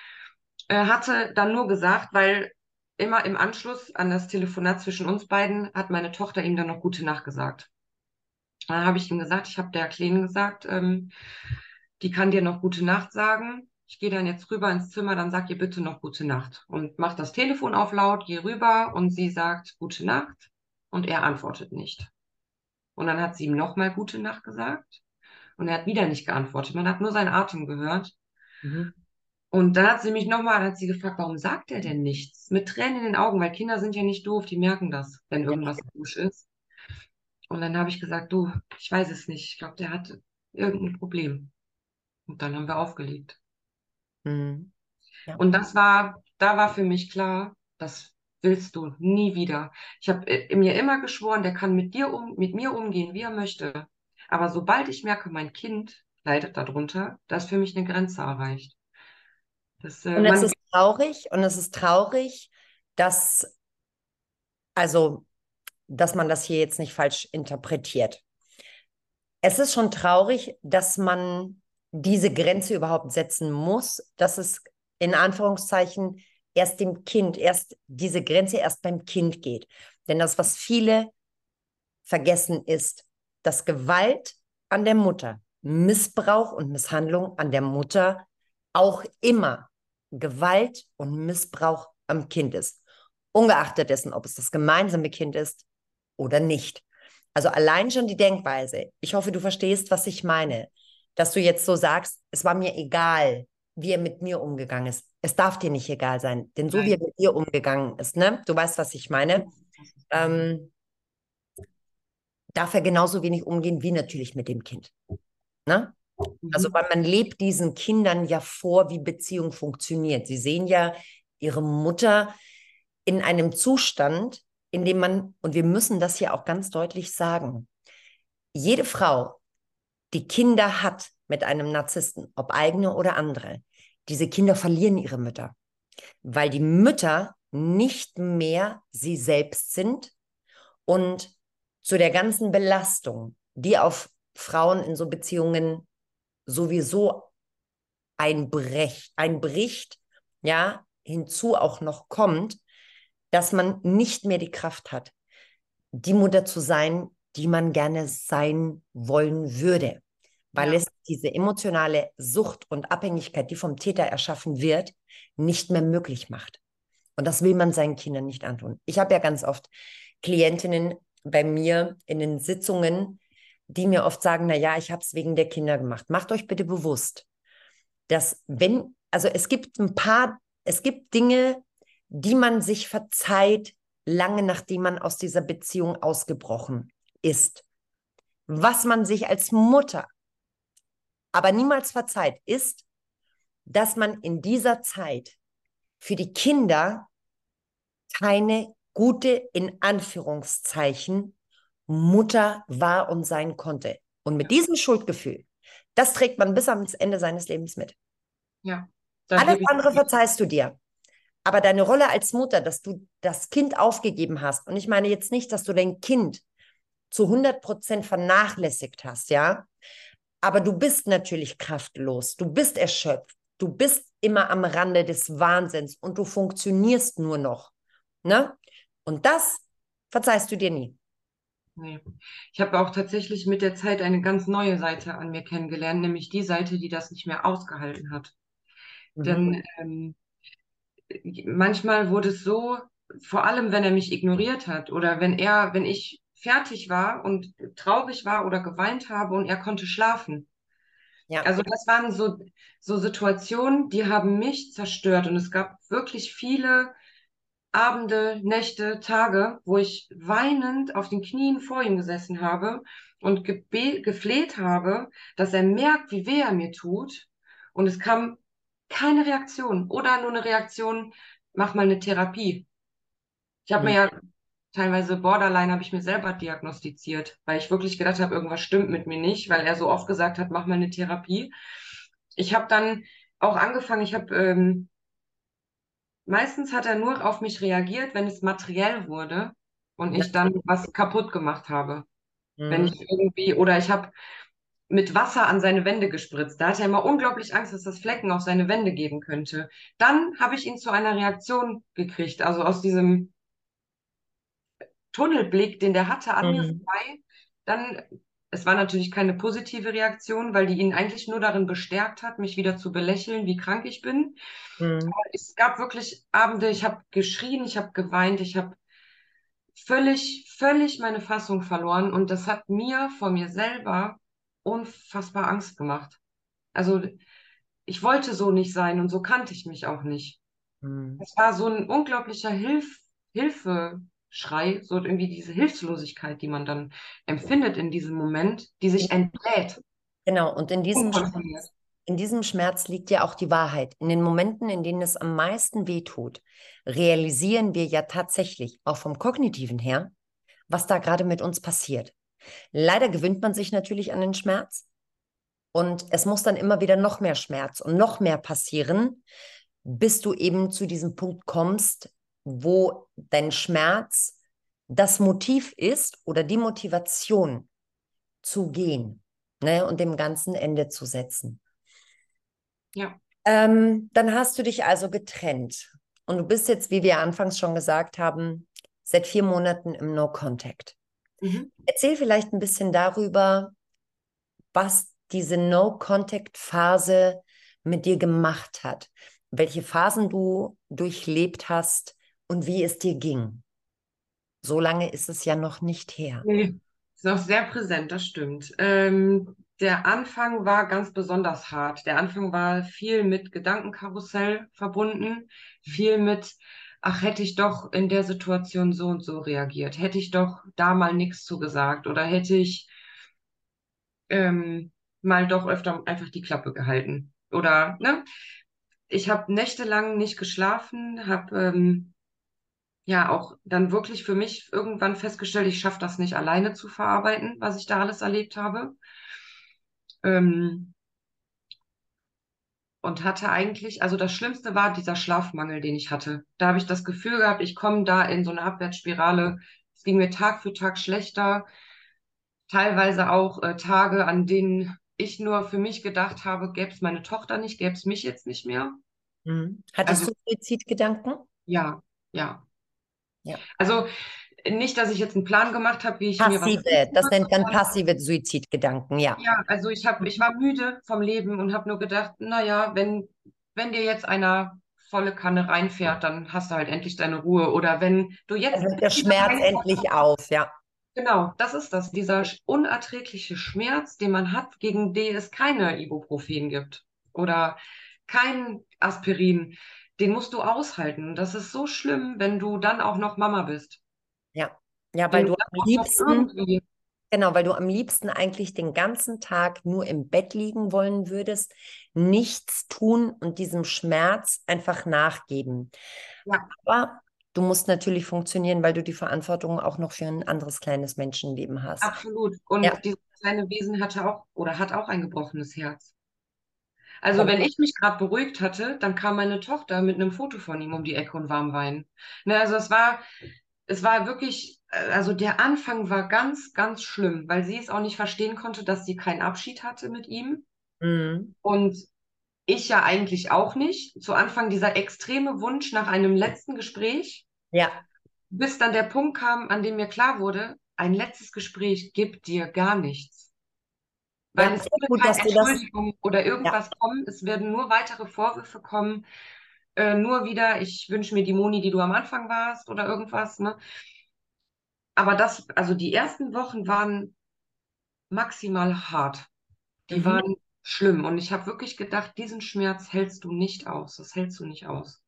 Er hatte dann nur gesagt, weil immer im Anschluss an das Telefonat zwischen uns beiden hat meine Tochter ihm dann noch gute Nacht gesagt. Dann habe ich ihm gesagt, ich habe der Kleinen gesagt, ähm, die kann dir noch gute Nacht sagen. Ich gehe dann jetzt rüber ins Zimmer, dann sag ihr bitte noch gute Nacht. Und mach das Telefon auf laut, geh rüber und sie sagt gute Nacht und er antwortet nicht. Und dann hat sie ihm nochmal gute Nacht gesagt und er hat wieder nicht geantwortet. Man hat nur seinen Atem gehört. Mhm. Und dann hat sie mich nochmal, hat sie gefragt, warum sagt er denn nichts? Mit Tränen in den Augen, weil Kinder sind ja nicht doof, die merken das, wenn Ja. irgendwas komisch ist. Und dann habe ich gesagt, du, ich weiß es nicht. Ich glaube, der hat irgendein Problem. Und dann haben wir aufgelegt. Mhm. Ja. Und das war, da war für mich klar, das willst du nie wieder. Ich habe äh, mir immer geschworen, der kann mit dir um, mit mir umgehen, wie er möchte. Aber sobald ich merke, mein Kind leidet darunter, da ist für mich eine Grenze erreicht. Das, äh, Und es man, ist traurig, und es ist traurig, dass, also, dass man das hier jetzt nicht falsch interpretiert. Es ist schon traurig, dass man diese Grenze überhaupt setzen muss, dass es in Anführungszeichen erst dem Kind, erst diese Grenze erst beim Kind geht. Denn das, was viele vergessen, ist, dass Gewalt an der Mutter, Missbrauch und Misshandlung an der Mutter auch immer Gewalt und Missbrauch am Kind ist. Ungeachtet dessen, ob es das gemeinsame Kind ist oder nicht. Also allein schon die Denkweise. Ich hoffe, du verstehst, was ich meine. Dass du jetzt so sagst, es war mir egal, wie er mit mir umgegangen ist. Es darf dir nicht egal sein, denn so wie er nein. mit dir umgegangen ist, ne? Du weißt, was ich meine. Ähm, darf er genauso wenig umgehen wie natürlich mit dem Kind. Ne? Also, Mhm. weil man lebt diesen Kindern ja vor, wie Beziehung funktioniert. Sie sehen ja ihre Mutter in einem Zustand, in dem man, und wir müssen das hier auch ganz deutlich sagen, jede Frau, die Kinder hat mit einem Narzissten, ob eigene oder andere, diese Kinder verlieren ihre Mütter, weil die Mütter nicht mehr sie selbst sind und zu der ganzen Belastung, die auf Frauen in so Beziehungen sowieso einbricht, einbricht, ja, hinzu auch noch kommt, dass man nicht mehr die Kraft hat, die Mutter zu sein, die man gerne sein wollen würde, weil Ja. es diese emotionale Sucht und Abhängigkeit, die vom Täter erschaffen wird, nicht mehr möglich macht. Und das will man seinen Kindern nicht antun. Ich habe ja ganz oft Klientinnen bei mir in den Sitzungen, die mir oft sagen, na ja, ich habe es wegen der Kinder gemacht. Macht euch bitte bewusst, dass wenn, also es gibt ein paar, es gibt Dinge, die man sich verzeiht, lange nachdem man aus dieser Beziehung ausgebrochen ist. Was man sich als Mutter aber niemals verzeiht, ist, dass man in dieser Zeit für die Kinder keine gute, in Anführungszeichen, Mutter war und sein konnte. Und mit Ja, diesem Schuldgefühl, das trägt man bis ans Ende seines Lebens mit. ja, da Alles gebe ich. andere verzeihst du dir. Aber deine Rolle als Mutter, dass du das Kind aufgegeben hast, und ich meine jetzt nicht, dass du dein Kind zu hundert Prozent vernachlässigt hast, ja, aber du bist natürlich kraftlos, du bist erschöpft, du bist immer am Rande des Wahnsinns und du funktionierst nur noch, ne? Und das verzeihst du dir nie. Nee. Ich habe auch tatsächlich mit der Zeit eine ganz neue Seite an mir kennengelernt, nämlich die Seite, die das nicht mehr ausgehalten hat. Mhm. Denn ähm, manchmal wurde es so, vor allem wenn er mich ignoriert hat oder wenn er, wenn ich fertig war und traurig war oder geweint habe und er konnte schlafen. Ja. Also das waren so, so Situationen, die haben mich zerstört. Und es gab wirklich viele Abende, Nächte, Tage, wo ich weinend auf den Knien vor ihm gesessen habe und gebe gefleht habe, dass er merkt, wie weh er mir tut. Und es kam keine Reaktion oder nur eine Reaktion, mach mal eine Therapie. Ich habe mir Mhm. ja teilweise Borderline habe ich mir selber diagnostiziert, weil ich wirklich gedacht habe, irgendwas stimmt mit mir nicht, weil er so oft gesagt hat, mach mal eine Therapie. Ich habe dann auch angefangen, ich habe ähm, meistens hat er nur auf mich reagiert, wenn es materiell wurde und ich dann Natürlich. was kaputt gemacht habe. Wenn Mhm. ich irgendwie, oder ich habe mit Wasser an seine Wände gespritzt. Da hat er immer unglaublich Angst, dass das Flecken auf seine Wände geben könnte. Dann habe ich ihn zu einer Reaktion gekriegt, also aus diesem Tunnelblick, den der hatte an mir Mhm. vorbei. Dann, es war natürlich keine positive Reaktion, weil die ihn eigentlich nur darin bestärkt hat, mich wieder zu belächeln, wie krank ich bin. Mhm. Es gab wirklich Abende, ich habe geschrien, ich habe geweint, ich habe völlig, völlig meine Fassung verloren und das hat mir vor mir selber unfassbar Angst gemacht. Also ich wollte so nicht sein und so kannte ich mich auch nicht. Mhm. Es war so ein unglaublicher Hilf Hilfeschrei, so irgendwie diese Hilflosigkeit, die man dann empfindet in diesem Moment, die sich entlädt, Genau, und in diesem unkontrolliert. Schmerz, in diesem Schmerz liegt ja auch die Wahrheit. In den Momenten, in denen es am meisten wehtut, realisieren wir ja tatsächlich, auch vom Kognitiven her, was da gerade mit uns passiert. Leider gewöhnt man sich natürlich an den Schmerz und es muss dann immer wieder noch mehr Schmerz und noch mehr passieren, bis du eben zu diesem Punkt kommst, wo dein Schmerz das Motiv ist oder die Motivation zu gehen, ne, und dem ganzen Ende zu setzen. Ja. Ähm, dann hast du dich also getrennt und du bist jetzt, wie wir anfangs schon gesagt haben, seit vier Monaten im No-Contact. Mhm. Erzähl vielleicht ein bisschen darüber, was diese No-Contact-Phase mit dir gemacht hat, welche Phasen du durchlebt hast und wie es dir ging. So lange ist es ja noch nicht her. Nee, ist noch sehr präsent, das stimmt. Ähm, der Anfang war ganz besonders hart. Der Anfang war viel mit Gedankenkarussell verbunden, viel mit, ach, hätte ich doch in der Situation so und so reagiert, hätte ich doch da mal nichts zugesagt oder hätte ich ähm, mal doch öfter einfach die Klappe gehalten. Oder, ne? Ich habe nächtelang nicht geschlafen, habe ähm, ja auch dann wirklich für mich irgendwann festgestellt, ich schaffe das nicht alleine zu verarbeiten, was ich da alles erlebt habe. Ähm, und hatte eigentlich, also das Schlimmste war dieser Schlafmangel, den ich hatte. Da habe ich das Gefühl gehabt, ich komme da in so eine Abwärtsspirale. Es ging mir Tag für Tag schlechter. Teilweise auch äh, Tage, an denen ich nur für mich gedacht habe, gäbe es meine Tochter nicht, gäbe es mich jetzt nicht mehr. Mhm. Hattest Also du Suizidgedanken? ja, ja. Ja. Also nicht, dass ich jetzt einen Plan gemacht habe, wie ich mir was Passive, tue, das nennt man sondern passive Suizidgedanken, ja. ja, also ich habe, ich war müde vom Leben und habe nur gedacht, naja, wenn, wenn dir jetzt einer volle Kanne reinfährt, dann hast du halt endlich deine Ruhe. Oder wenn du Dann jetzt hört der wieder Schmerz keine endlich auf, ja. genau, das ist das, dieser unerträgliche Schmerz, den man hat, gegen den es keine Ibuprofen gibt oder kein Aspirin, den musst du aushalten. Und das ist so schlimm, wenn du dann auch noch Mama bist. Ja. Ja, Wenn weil du du dann am auch noch liebsten irgendwie. Genau, weil du am liebsten eigentlich den ganzen Tag nur im Bett liegen wollen würdest, nichts tun und diesem Schmerz einfach nachgeben. Ja, Aber du musst natürlich funktionieren, weil du die Verantwortung auch noch für ein anderes kleines Menschenleben hast. absolut. Ja. Und dieses kleine Wesen hatte auch oder hat auch ein gebrochenes Herz. Also Aber wenn ich mich gerade beruhigt hatte, dann kam meine Tochter mit einem Foto von ihm um die Ecke und war am Weinen. Ne, also es war, es war wirklich, äh, also der Anfang war ganz, ganz schlimm, weil sie es auch nicht verstehen konnte, dass sie keinen Abschied hatte mit ihm. mhm. Und ich ja eigentlich auch nicht. Zu Anfang dieser extreme Wunsch nach einem letzten Gespräch, Ja, bis dann der Punkt kam, an dem mir klar wurde, ein letztes Gespräch gibt dir gar nichts. Weil ja, es sehr würde gut, keine dass du das. Entschuldigung oder Ja, irgendwas kommen. Es werden nur weitere Vorwürfe kommen. Äh, nur wieder, ich wünsche mir die Moni, die du am Anfang warst oder irgendwas. Ne? Aber das, also die ersten Wochen waren maximal hart. Die mhm. waren schlimm. Und ich habe wirklich gedacht, diesen Schmerz hältst du nicht aus. Das hältst du nicht aus.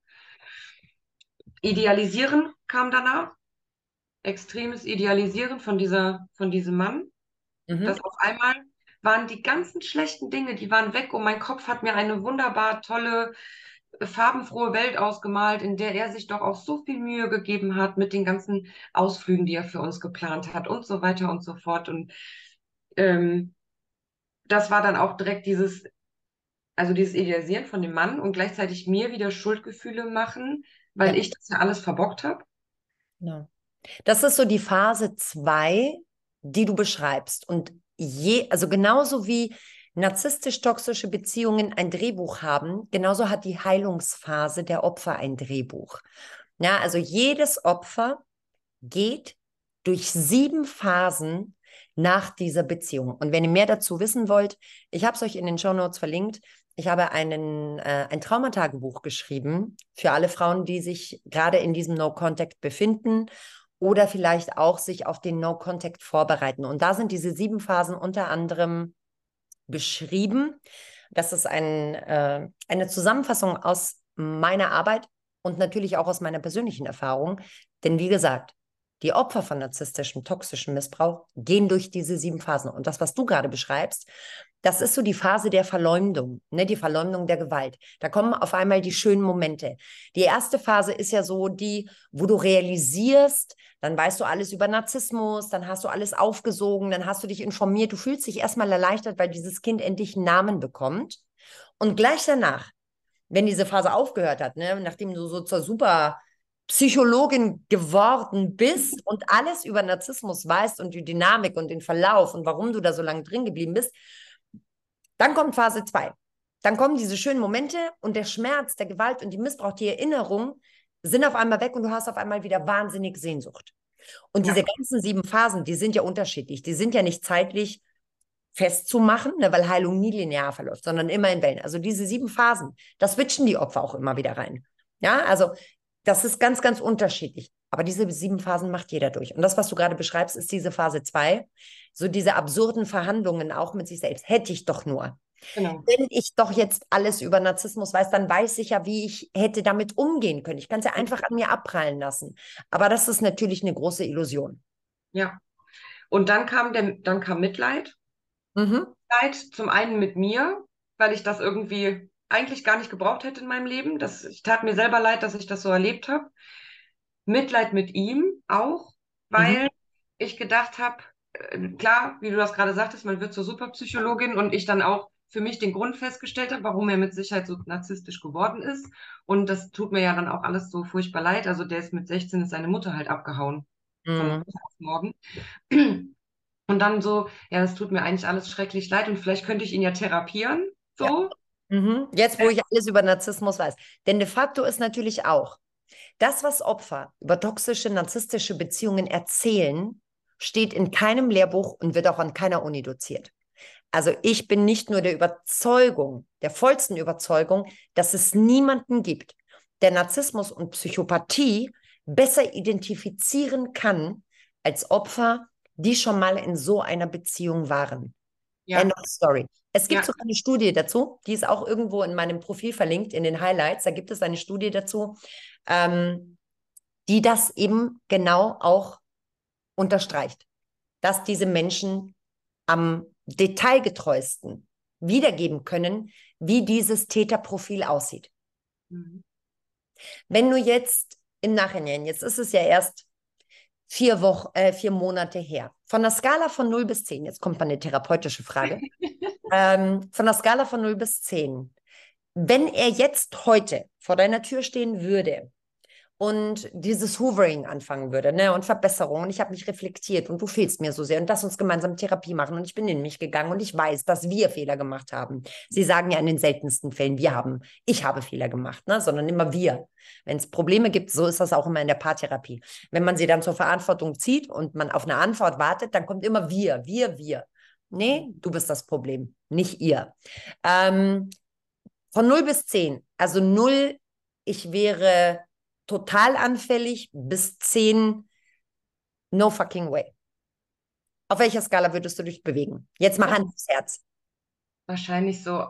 Idealisieren kam danach. Extremes Idealisieren von dieser, von diesem Mann. Mhm. Das auf einmal waren die ganzen schlechten Dinge, die waren weg und mein Kopf hat mir eine wunderbar tolle, äh, farbenfrohe Welt ausgemalt, in der er sich doch auch so viel Mühe gegeben hat mit den ganzen Ausflügen, die er für uns geplant hat und so weiter und so fort. Und ähm, das war dann auch direkt dieses, also dieses Idealisieren von dem Mann und gleichzeitig mir wieder Schuldgefühle machen, weil Ja, ich das ja alles verbockt habe. genau. Das ist so die Phase zwei, die du beschreibst. Und je, also genauso wie narzisstisch-toxische Beziehungen ein Drehbuch haben, genauso hat die Heilungsphase der Opfer ein Drehbuch. Ja, also jedes Opfer geht durch sieben Phasen nach dieser Beziehung. Und wenn ihr mehr dazu wissen wollt, ich habe es euch in den Shownotes verlinkt. Ich habe einen, äh, ein Traumatagebuch geschrieben für alle Frauen, die sich gerade in diesem No-Contact befinden oder vielleicht auch sich auf den No-Contact vorbereiten. Und da sind diese sieben Phasen unter anderem beschrieben. Das ist ein, äh, eine Zusammenfassung aus meiner Arbeit und natürlich auch aus meiner persönlichen Erfahrung. Denn wie gesagt, die Opfer von narzisstischem, toxischem Missbrauch gehen durch diese sieben Phasen. Und das, was du gerade beschreibst, das ist so die Phase der Verleumdung, ne, die Verleumdung der Gewalt. Da kommen auf einmal die schönen Momente. Die erste Phase ist ja so die, wo du realisierst, dann weißt du alles über Narzissmus, dann hast du alles aufgesogen, dann hast du dich informiert, du fühlst dich erstmal erleichtert, weil dieses Kind endlich einen Namen bekommt. Und gleich danach, wenn diese Phase aufgehört hat, ne, nachdem du so zur super Psychologin geworden bist und alles über Narzissmus weißt und die Dynamik und den Verlauf und warum du da so lange drin geblieben bist, dann kommt Phase zwei. Dann kommen diese schönen Momente und der Schmerz, der Gewalt und die Missbrauch, die Erinnerung sind auf einmal weg und du hast auf einmal wieder wahnsinnig Sehnsucht. Und diese Ja, ganzen sieben Phasen, die sind ja unterschiedlich. Die sind ja nicht zeitlich festzumachen, ne, weil Heilung nie linear verläuft, sondern immer in Wellen. Also diese sieben Phasen, das switchen die Opfer auch immer wieder rein. Ja, also das ist ganz, ganz unterschiedlich. Aber diese sieben Phasen macht jeder durch. Und das, was du gerade beschreibst, ist diese Phase zwei. So diese absurden Verhandlungen auch mit sich selbst. Hätte ich doch nur. genau. Wenn ich doch jetzt alles über Narzissmus weiß, dann weiß ich ja, wie ich hätte damit umgehen können. Ich kann es ja einfach an mir abprallen lassen. Aber das ist natürlich eine große Illusion. Ja. Und dann kam der, dann kam Mitleid. Mhm. Leid zum einen mit mir, weil ich das irgendwie eigentlich gar nicht gebraucht hätte in meinem Leben. Das, ich tat mir selber leid, dass ich das so erlebt habe. Mitleid mit ihm auch, Mhm. weil ich gedacht habe, äh, klar, wie du das gerade sagtest, man wird zur Superpsychologin und ich dann auch für mich den Grund festgestellt habe, warum er mit Sicherheit so narzisstisch geworden ist. Und das tut mir ja dann auch alles so furchtbar leid. Also der ist mit sechzehn, ist seine Mutter halt abgehauen von Mhm. heute auf morgen. Und dann so, ja, das tut mir eigentlich alles schrecklich leid und vielleicht könnte ich ihn ja therapieren, Ja. so. Mhm. Jetzt, wo ich alles über Narzissmus weiß. Denn de facto ist natürlich auch, das, was Opfer über toxische, narzisstische Beziehungen erzählen, steht in keinem Lehrbuch und wird auch an keiner Uni doziert. Also ich bin nicht nur der Überzeugung, der vollsten Überzeugung, dass es niemanden gibt, der Narzissmus und Psychopathie besser identifizieren kann als Opfer, die schon mal in so einer Beziehung waren. End Ja, of story. Es gibt ja, sogar eine Studie dazu, die ist auch irgendwo in meinem Profil verlinkt, in den Highlights. Da gibt es eine Studie dazu, ähm, die das eben genau auch unterstreicht. dass diese Menschen am detailgetreuesten wiedergeben können, wie dieses Täterprofil aussieht. Mhm. Wenn du jetzt im Nachhinein, jetzt ist es ja erst vier Wochen, äh, vier Monate her, von der Skala von null bis zehn, jetzt kommt mal eine therapeutische Frage, ähm, von der Skala von null bis zehn, wenn er jetzt heute vor deiner Tür stehen würde und dieses Hoovering anfangen würde, ne, und Verbesserungen, und ich habe mich reflektiert und du fehlst mir so sehr und lass uns gemeinsam Therapie machen und ich bin in mich gegangen und ich weiß, dass wir Fehler gemacht haben. Sie sagen ja in den seltensten Fällen, wir haben, ich habe Fehler gemacht, ne, sondern immer wir. Wenn es Probleme gibt, so ist das auch immer in der Paartherapie. Wenn man sie dann zur Verantwortung zieht und man auf eine Antwort wartet, dann kommt immer wir, wir, wir. Nee, du bist das Problem, nicht ihr. Ähm, von null bis zehn, also null, ich wäre total anfällig, bis zehn, no fucking way. Auf welcher Skala würdest du dich bewegen? Jetzt mal Hand aufs Herz. Wahrscheinlich so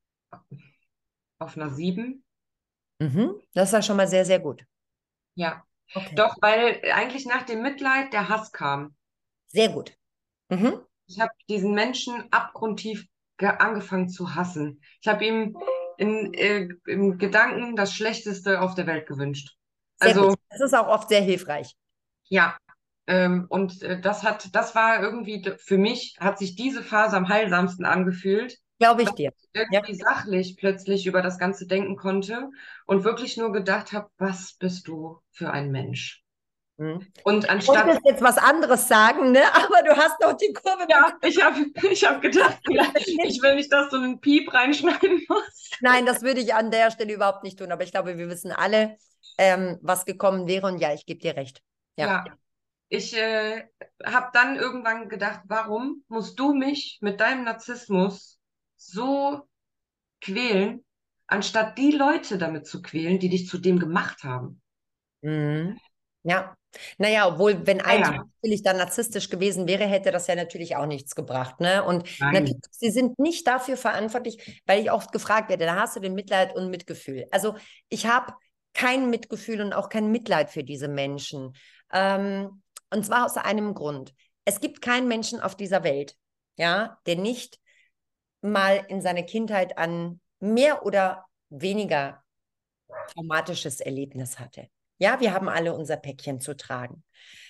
auf einer sieben. Mhm. Das ist ja schon mal sehr, sehr gut. Ja. Okay. Doch, weil eigentlich nach dem Mitleid der Hass kam. Sehr gut. Mhm. Ich habe diesen Menschen abgrundtief ge- angefangen zu hassen. Ich habe ihm in, äh, im Gedanken das Schlechteste auf der Welt gewünscht. Sehr gut. Also Das ist auch oft sehr hilfreich. ja, ähm, und äh, das hat, das war irgendwie d- für mich, hat sich diese Phase am heilsamsten angefühlt, Glaube ich weil dir. ich Ja. irgendwie sachlich plötzlich über das Ganze denken konnte und wirklich nur gedacht habe, was bist du für ein Mensch? Mhm. Und Ich wollte anstatt, jetzt was anderes sagen, ne? Aber du hast noch die Kurve ja, bekommen. ich habe ich hab gedacht, ich will nicht, dass du einen Piep reinschneiden musst. Nein, das würde ich an der Stelle überhaupt nicht tun. Aber ich glaube, wir wissen alle, ähm, was gekommen wäre. Und ja, ich gebe dir recht. Ja. Ja, ich äh, habe dann irgendwann gedacht, warum musst du mich mit deinem Narzissmus so quälen, anstatt die Leute damit zu quälen, die dich zu dem gemacht haben? Mhm. Ja. Naja, obwohl, wenn ein Typ Naja, natürlich dann narzisstisch gewesen wäre, hätte das ja natürlich auch nichts gebracht. Ne? Und natürlich, nein. sie sind nicht dafür verantwortlich, weil ich oft gefragt werde, da hast du den Mitleid und Mitgefühl. Also ich habe kein Mitgefühl und auch kein Mitleid für diese Menschen. Ähm, und zwar aus einem Grund. Es gibt keinen Menschen auf dieser Welt, ja, der nicht mal in seiner Kindheit an mehr oder weniger traumatisches Erlebnis hatte. Ja, wir haben alle unser Päckchen zu tragen.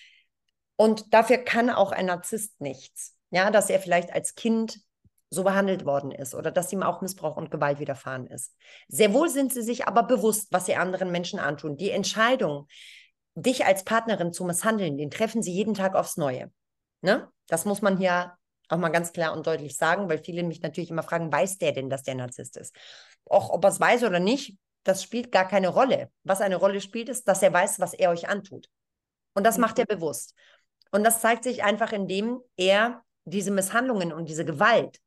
Und dafür kann auch ein Narzisst nichts. Ja, dass er vielleicht als Kind so behandelt worden ist oder dass ihm auch Missbrauch und Gewalt widerfahren ist. Sehr wohl sind sie sich aber bewusst, was sie anderen Menschen antun. Die Entscheidung, dich als Partnerin zu misshandeln, den treffen sie jeden Tag aufs Neue. Ne? Das muss man hier auch mal ganz klar und deutlich sagen, weil viele mich natürlich immer fragen, weiß der denn, dass der Narzisst ist? Auch ob er es weiß oder nicht, das spielt gar keine Rolle. Was eine Rolle spielt, ist, dass er weiß, was er euch antut. Und das macht er bewusst. Und das zeigt sich einfach, indem er diese Misshandlungen und diese Gewalt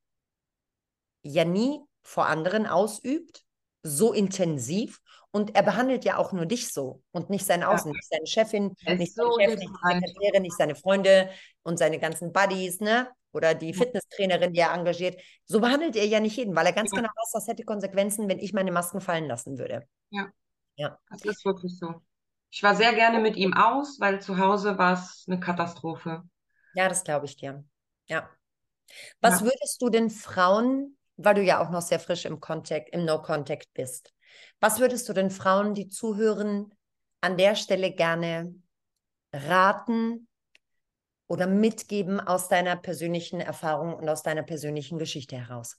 ja nie vor anderen ausübt, so intensiv. Und er behandelt ja auch nur dich so und nicht sein Ja, Außen, nicht seine Chefin, er nicht ist seinen so Chef, nicht die hilfsbereit. Sekretärin, nicht seine Freunde und seine ganzen Buddies, ne? Oder die Ja, Fitnesstrainerin, die er engagiert. So behandelt er ja nicht jeden, weil er ganz ja, genau weiß, das hätte Konsequenzen, wenn ich meine Masken fallen lassen würde. ja, Ja, das ist wirklich so. Ich war sehr gerne mit ihm aus, weil zu Hause war es eine Katastrophe. ja, das glaube ich dir. Ja. Was Ja. würdest du den Frauen, weil du ja auch noch sehr frisch im Contact, im No-Contact bist, was würdest du den Frauen, die zuhören, an der Stelle gerne raten oder mitgeben aus deiner persönlichen Erfahrung und aus deiner persönlichen Geschichte heraus?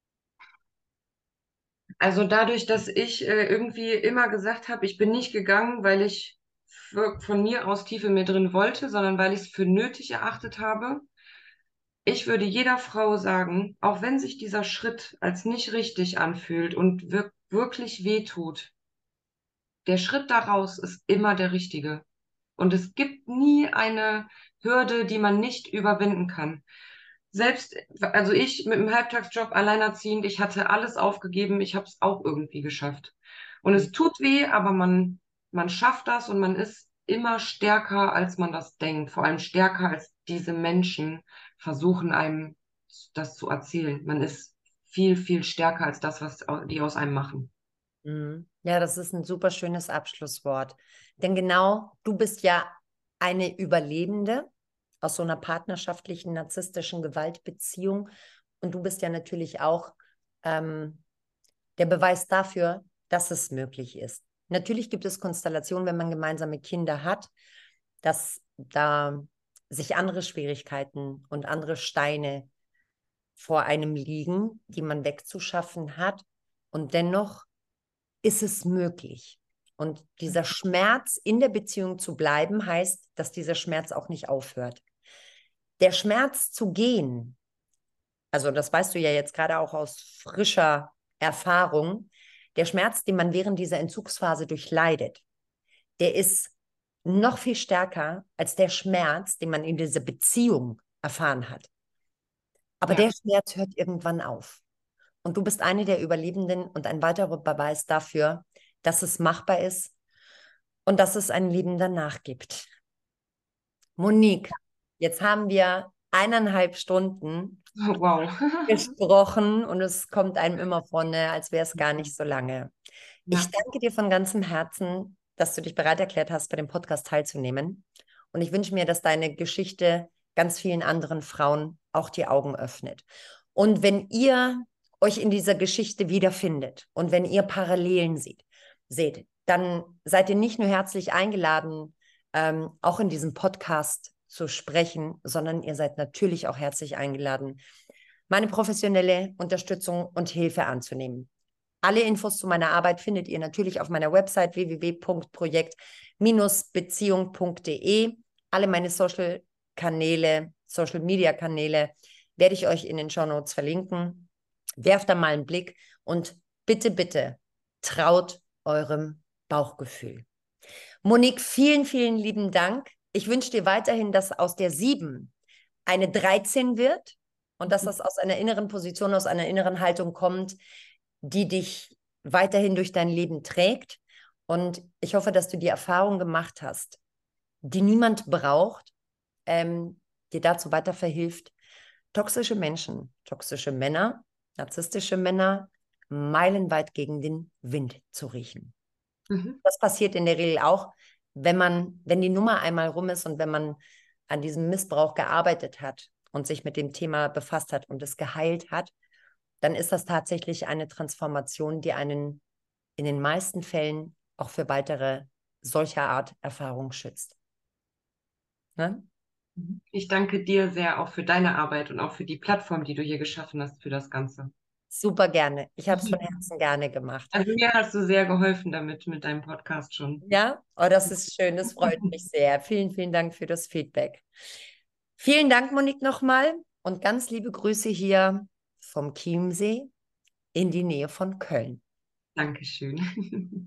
Also dadurch, dass ich äh, irgendwie immer gesagt habe, ich bin nicht gegangen, weil ich für, von mir aus tief in mir drin wollte, sondern weil ich es für nötig erachtet habe. Ich würde jeder Frau sagen, auch wenn sich dieser Schritt als nicht richtig anfühlt und wir wirklich wehtut, der Schritt daraus ist immer der richtige. Und es gibt nie eine Hürde, die man nicht überwinden kann. Selbst, also ich mit dem Halbtagsjob alleinerziehend, ich hatte alles aufgegeben, ich habe es auch irgendwie geschafft. Und Mhm. es tut weh, aber man, man schafft das und man ist immer stärker, als man das denkt. Vor allem stärker, als diese Menschen versuchen einem das zu erzählen. Man ist viel, viel stärker als das, was die aus einem machen. Mhm. Ja, das ist ein super schönes Abschlusswort. Denn genau, du bist ja eine Überlebende aus so einer partnerschaftlichen, narzisstischen Gewaltbeziehung. Und du bist ja natürlich auch ähm, der Beweis dafür, dass es möglich ist. Natürlich gibt es Konstellationen, wenn man gemeinsame Kinder hat, dass da sich andere Schwierigkeiten und andere Steine vor einem liegen, die man wegzuschaffen hat. Und dennoch ist es möglich. Und dieser Schmerz in der Beziehung zu bleiben, heißt, dass dieser Schmerz auch nicht aufhört. Der Schmerz zu gehen, also das weißt du ja jetzt gerade auch aus frischer Erfahrung, der Schmerz, den man während dieser Entzugsphase durchleidet, der ist noch viel stärker als der Schmerz, den man in dieser Beziehung erfahren hat. Aber Ja. der Schmerz hört irgendwann auf. Und du bist eine der Überlebenden und ein weiterer Beweis dafür, dass es machbar ist und dass es ein Leben danach gibt. Monique, jetzt haben wir eineinhalb Stunden Wow. gesprochen und es kommt einem immer vor, ne, als wäre es gar nicht so lange. Ich Ja. danke dir von ganzem Herzen, dass du dich bereit erklärt hast, bei dem Podcast teilzunehmen. Und ich wünsche mir, dass deine Geschichte ganz vielen anderen Frauen auch die Augen öffnet. Und wenn ihr euch in dieser Geschichte wiederfindet und wenn ihr Parallelen seht, seht, dann seid ihr nicht nur herzlich eingeladen, ähm, auch in diesem Podcast zu sprechen, sondern ihr seid natürlich auch herzlich eingeladen, meine professionelle Unterstützung und Hilfe anzunehmen. Alle Infos zu meiner Arbeit findet ihr natürlich auf meiner Website w w w punkt projekt beziehung punkt d e. Alle meine Social-Kanäle, Social-Media-Kanäle werde ich euch in den Shownotes verlinken. Werft da mal einen Blick und bitte, bitte traut eurem Bauchgefühl. Monique, vielen, vielen lieben Dank. Ich wünsche dir weiterhin, dass aus der sieben eine dreizehn wird und dass das aus einer inneren Position, aus einer inneren Haltung kommt, die dich weiterhin durch dein Leben trägt. Und ich hoffe, dass du die Erfahrung gemacht hast, die niemand braucht, ähm, dir dazu weiter verhilft, toxische Menschen, toxische Männer, narzisstische Männer meilenweit gegen den Wind zu riechen. Mhm. Das passiert in der Regel auch, wenn man, wenn die Nummer einmal rum ist und wenn man an diesem Missbrauch gearbeitet hat und sich mit dem Thema befasst hat und es geheilt hat, dann ist das tatsächlich eine Transformation, die einen in den meisten Fällen auch für weitere solcher Art Erfahrungen schützt. Ne? Ich danke dir sehr auch für deine Arbeit und auch für die Plattform, die du hier geschaffen hast für das Ganze. Super gerne. Ich habe es von Herzen gerne gemacht. Also mir hast du sehr geholfen damit, mit deinem Podcast schon. Ja, oh, das ist schön. Das freut mich sehr. Vielen, vielen Dank für das Feedback. Vielen Dank, Monique, nochmal und ganz liebe Grüße hier vom Chiemsee in die Nähe von Köln. Dankeschön.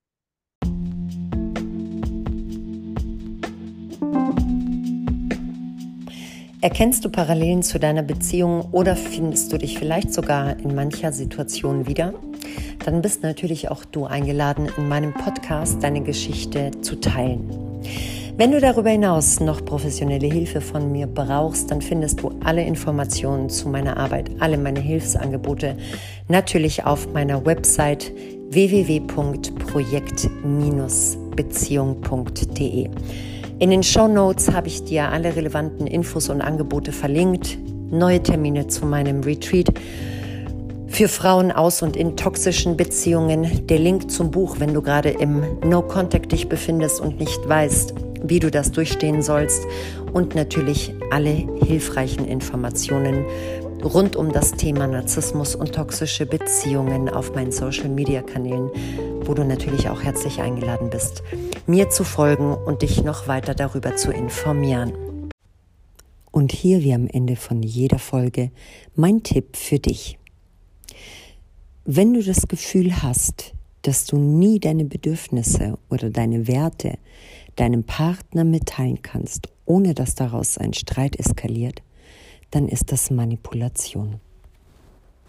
Erkennst du Parallelen zu deiner Beziehung oder findest du dich vielleicht sogar in mancher Situation wieder? Dann bist natürlich auch du eingeladen, in meinem Podcast deine Geschichte zu teilen. Wenn du darüber hinaus noch professionelle Hilfe von mir brauchst, dann findest du alle Informationen zu meiner Arbeit, alle meine Hilfsangebote natürlich auf meiner Website w w w punkt projekt beziehung punkt d e. In den Shownotes habe ich dir alle relevanten Infos und Angebote verlinkt, neue Termine zu meinem Retreat für Frauen aus und in toxischen Beziehungen, der Link zum Buch, wenn du gerade im No-Contact dich befindest und nicht weißt, wie du das durchstehen sollst, und natürlich alle hilfreichen Informationen rund um das Thema Narzissmus und toxische Beziehungen auf meinen Social-Media-Kanälen, wo du natürlich auch herzlich eingeladen bist, mir zu folgen und dich noch weiter darüber zu informieren. Und hier wie am Ende von jeder Folge mein Tipp für dich. Wenn du das Gefühl hast, dass du nie deine Bedürfnisse oder deine Werte deinem Partner mitteilen kannst, ohne dass daraus ein Streit eskaliert, dann ist das Manipulation.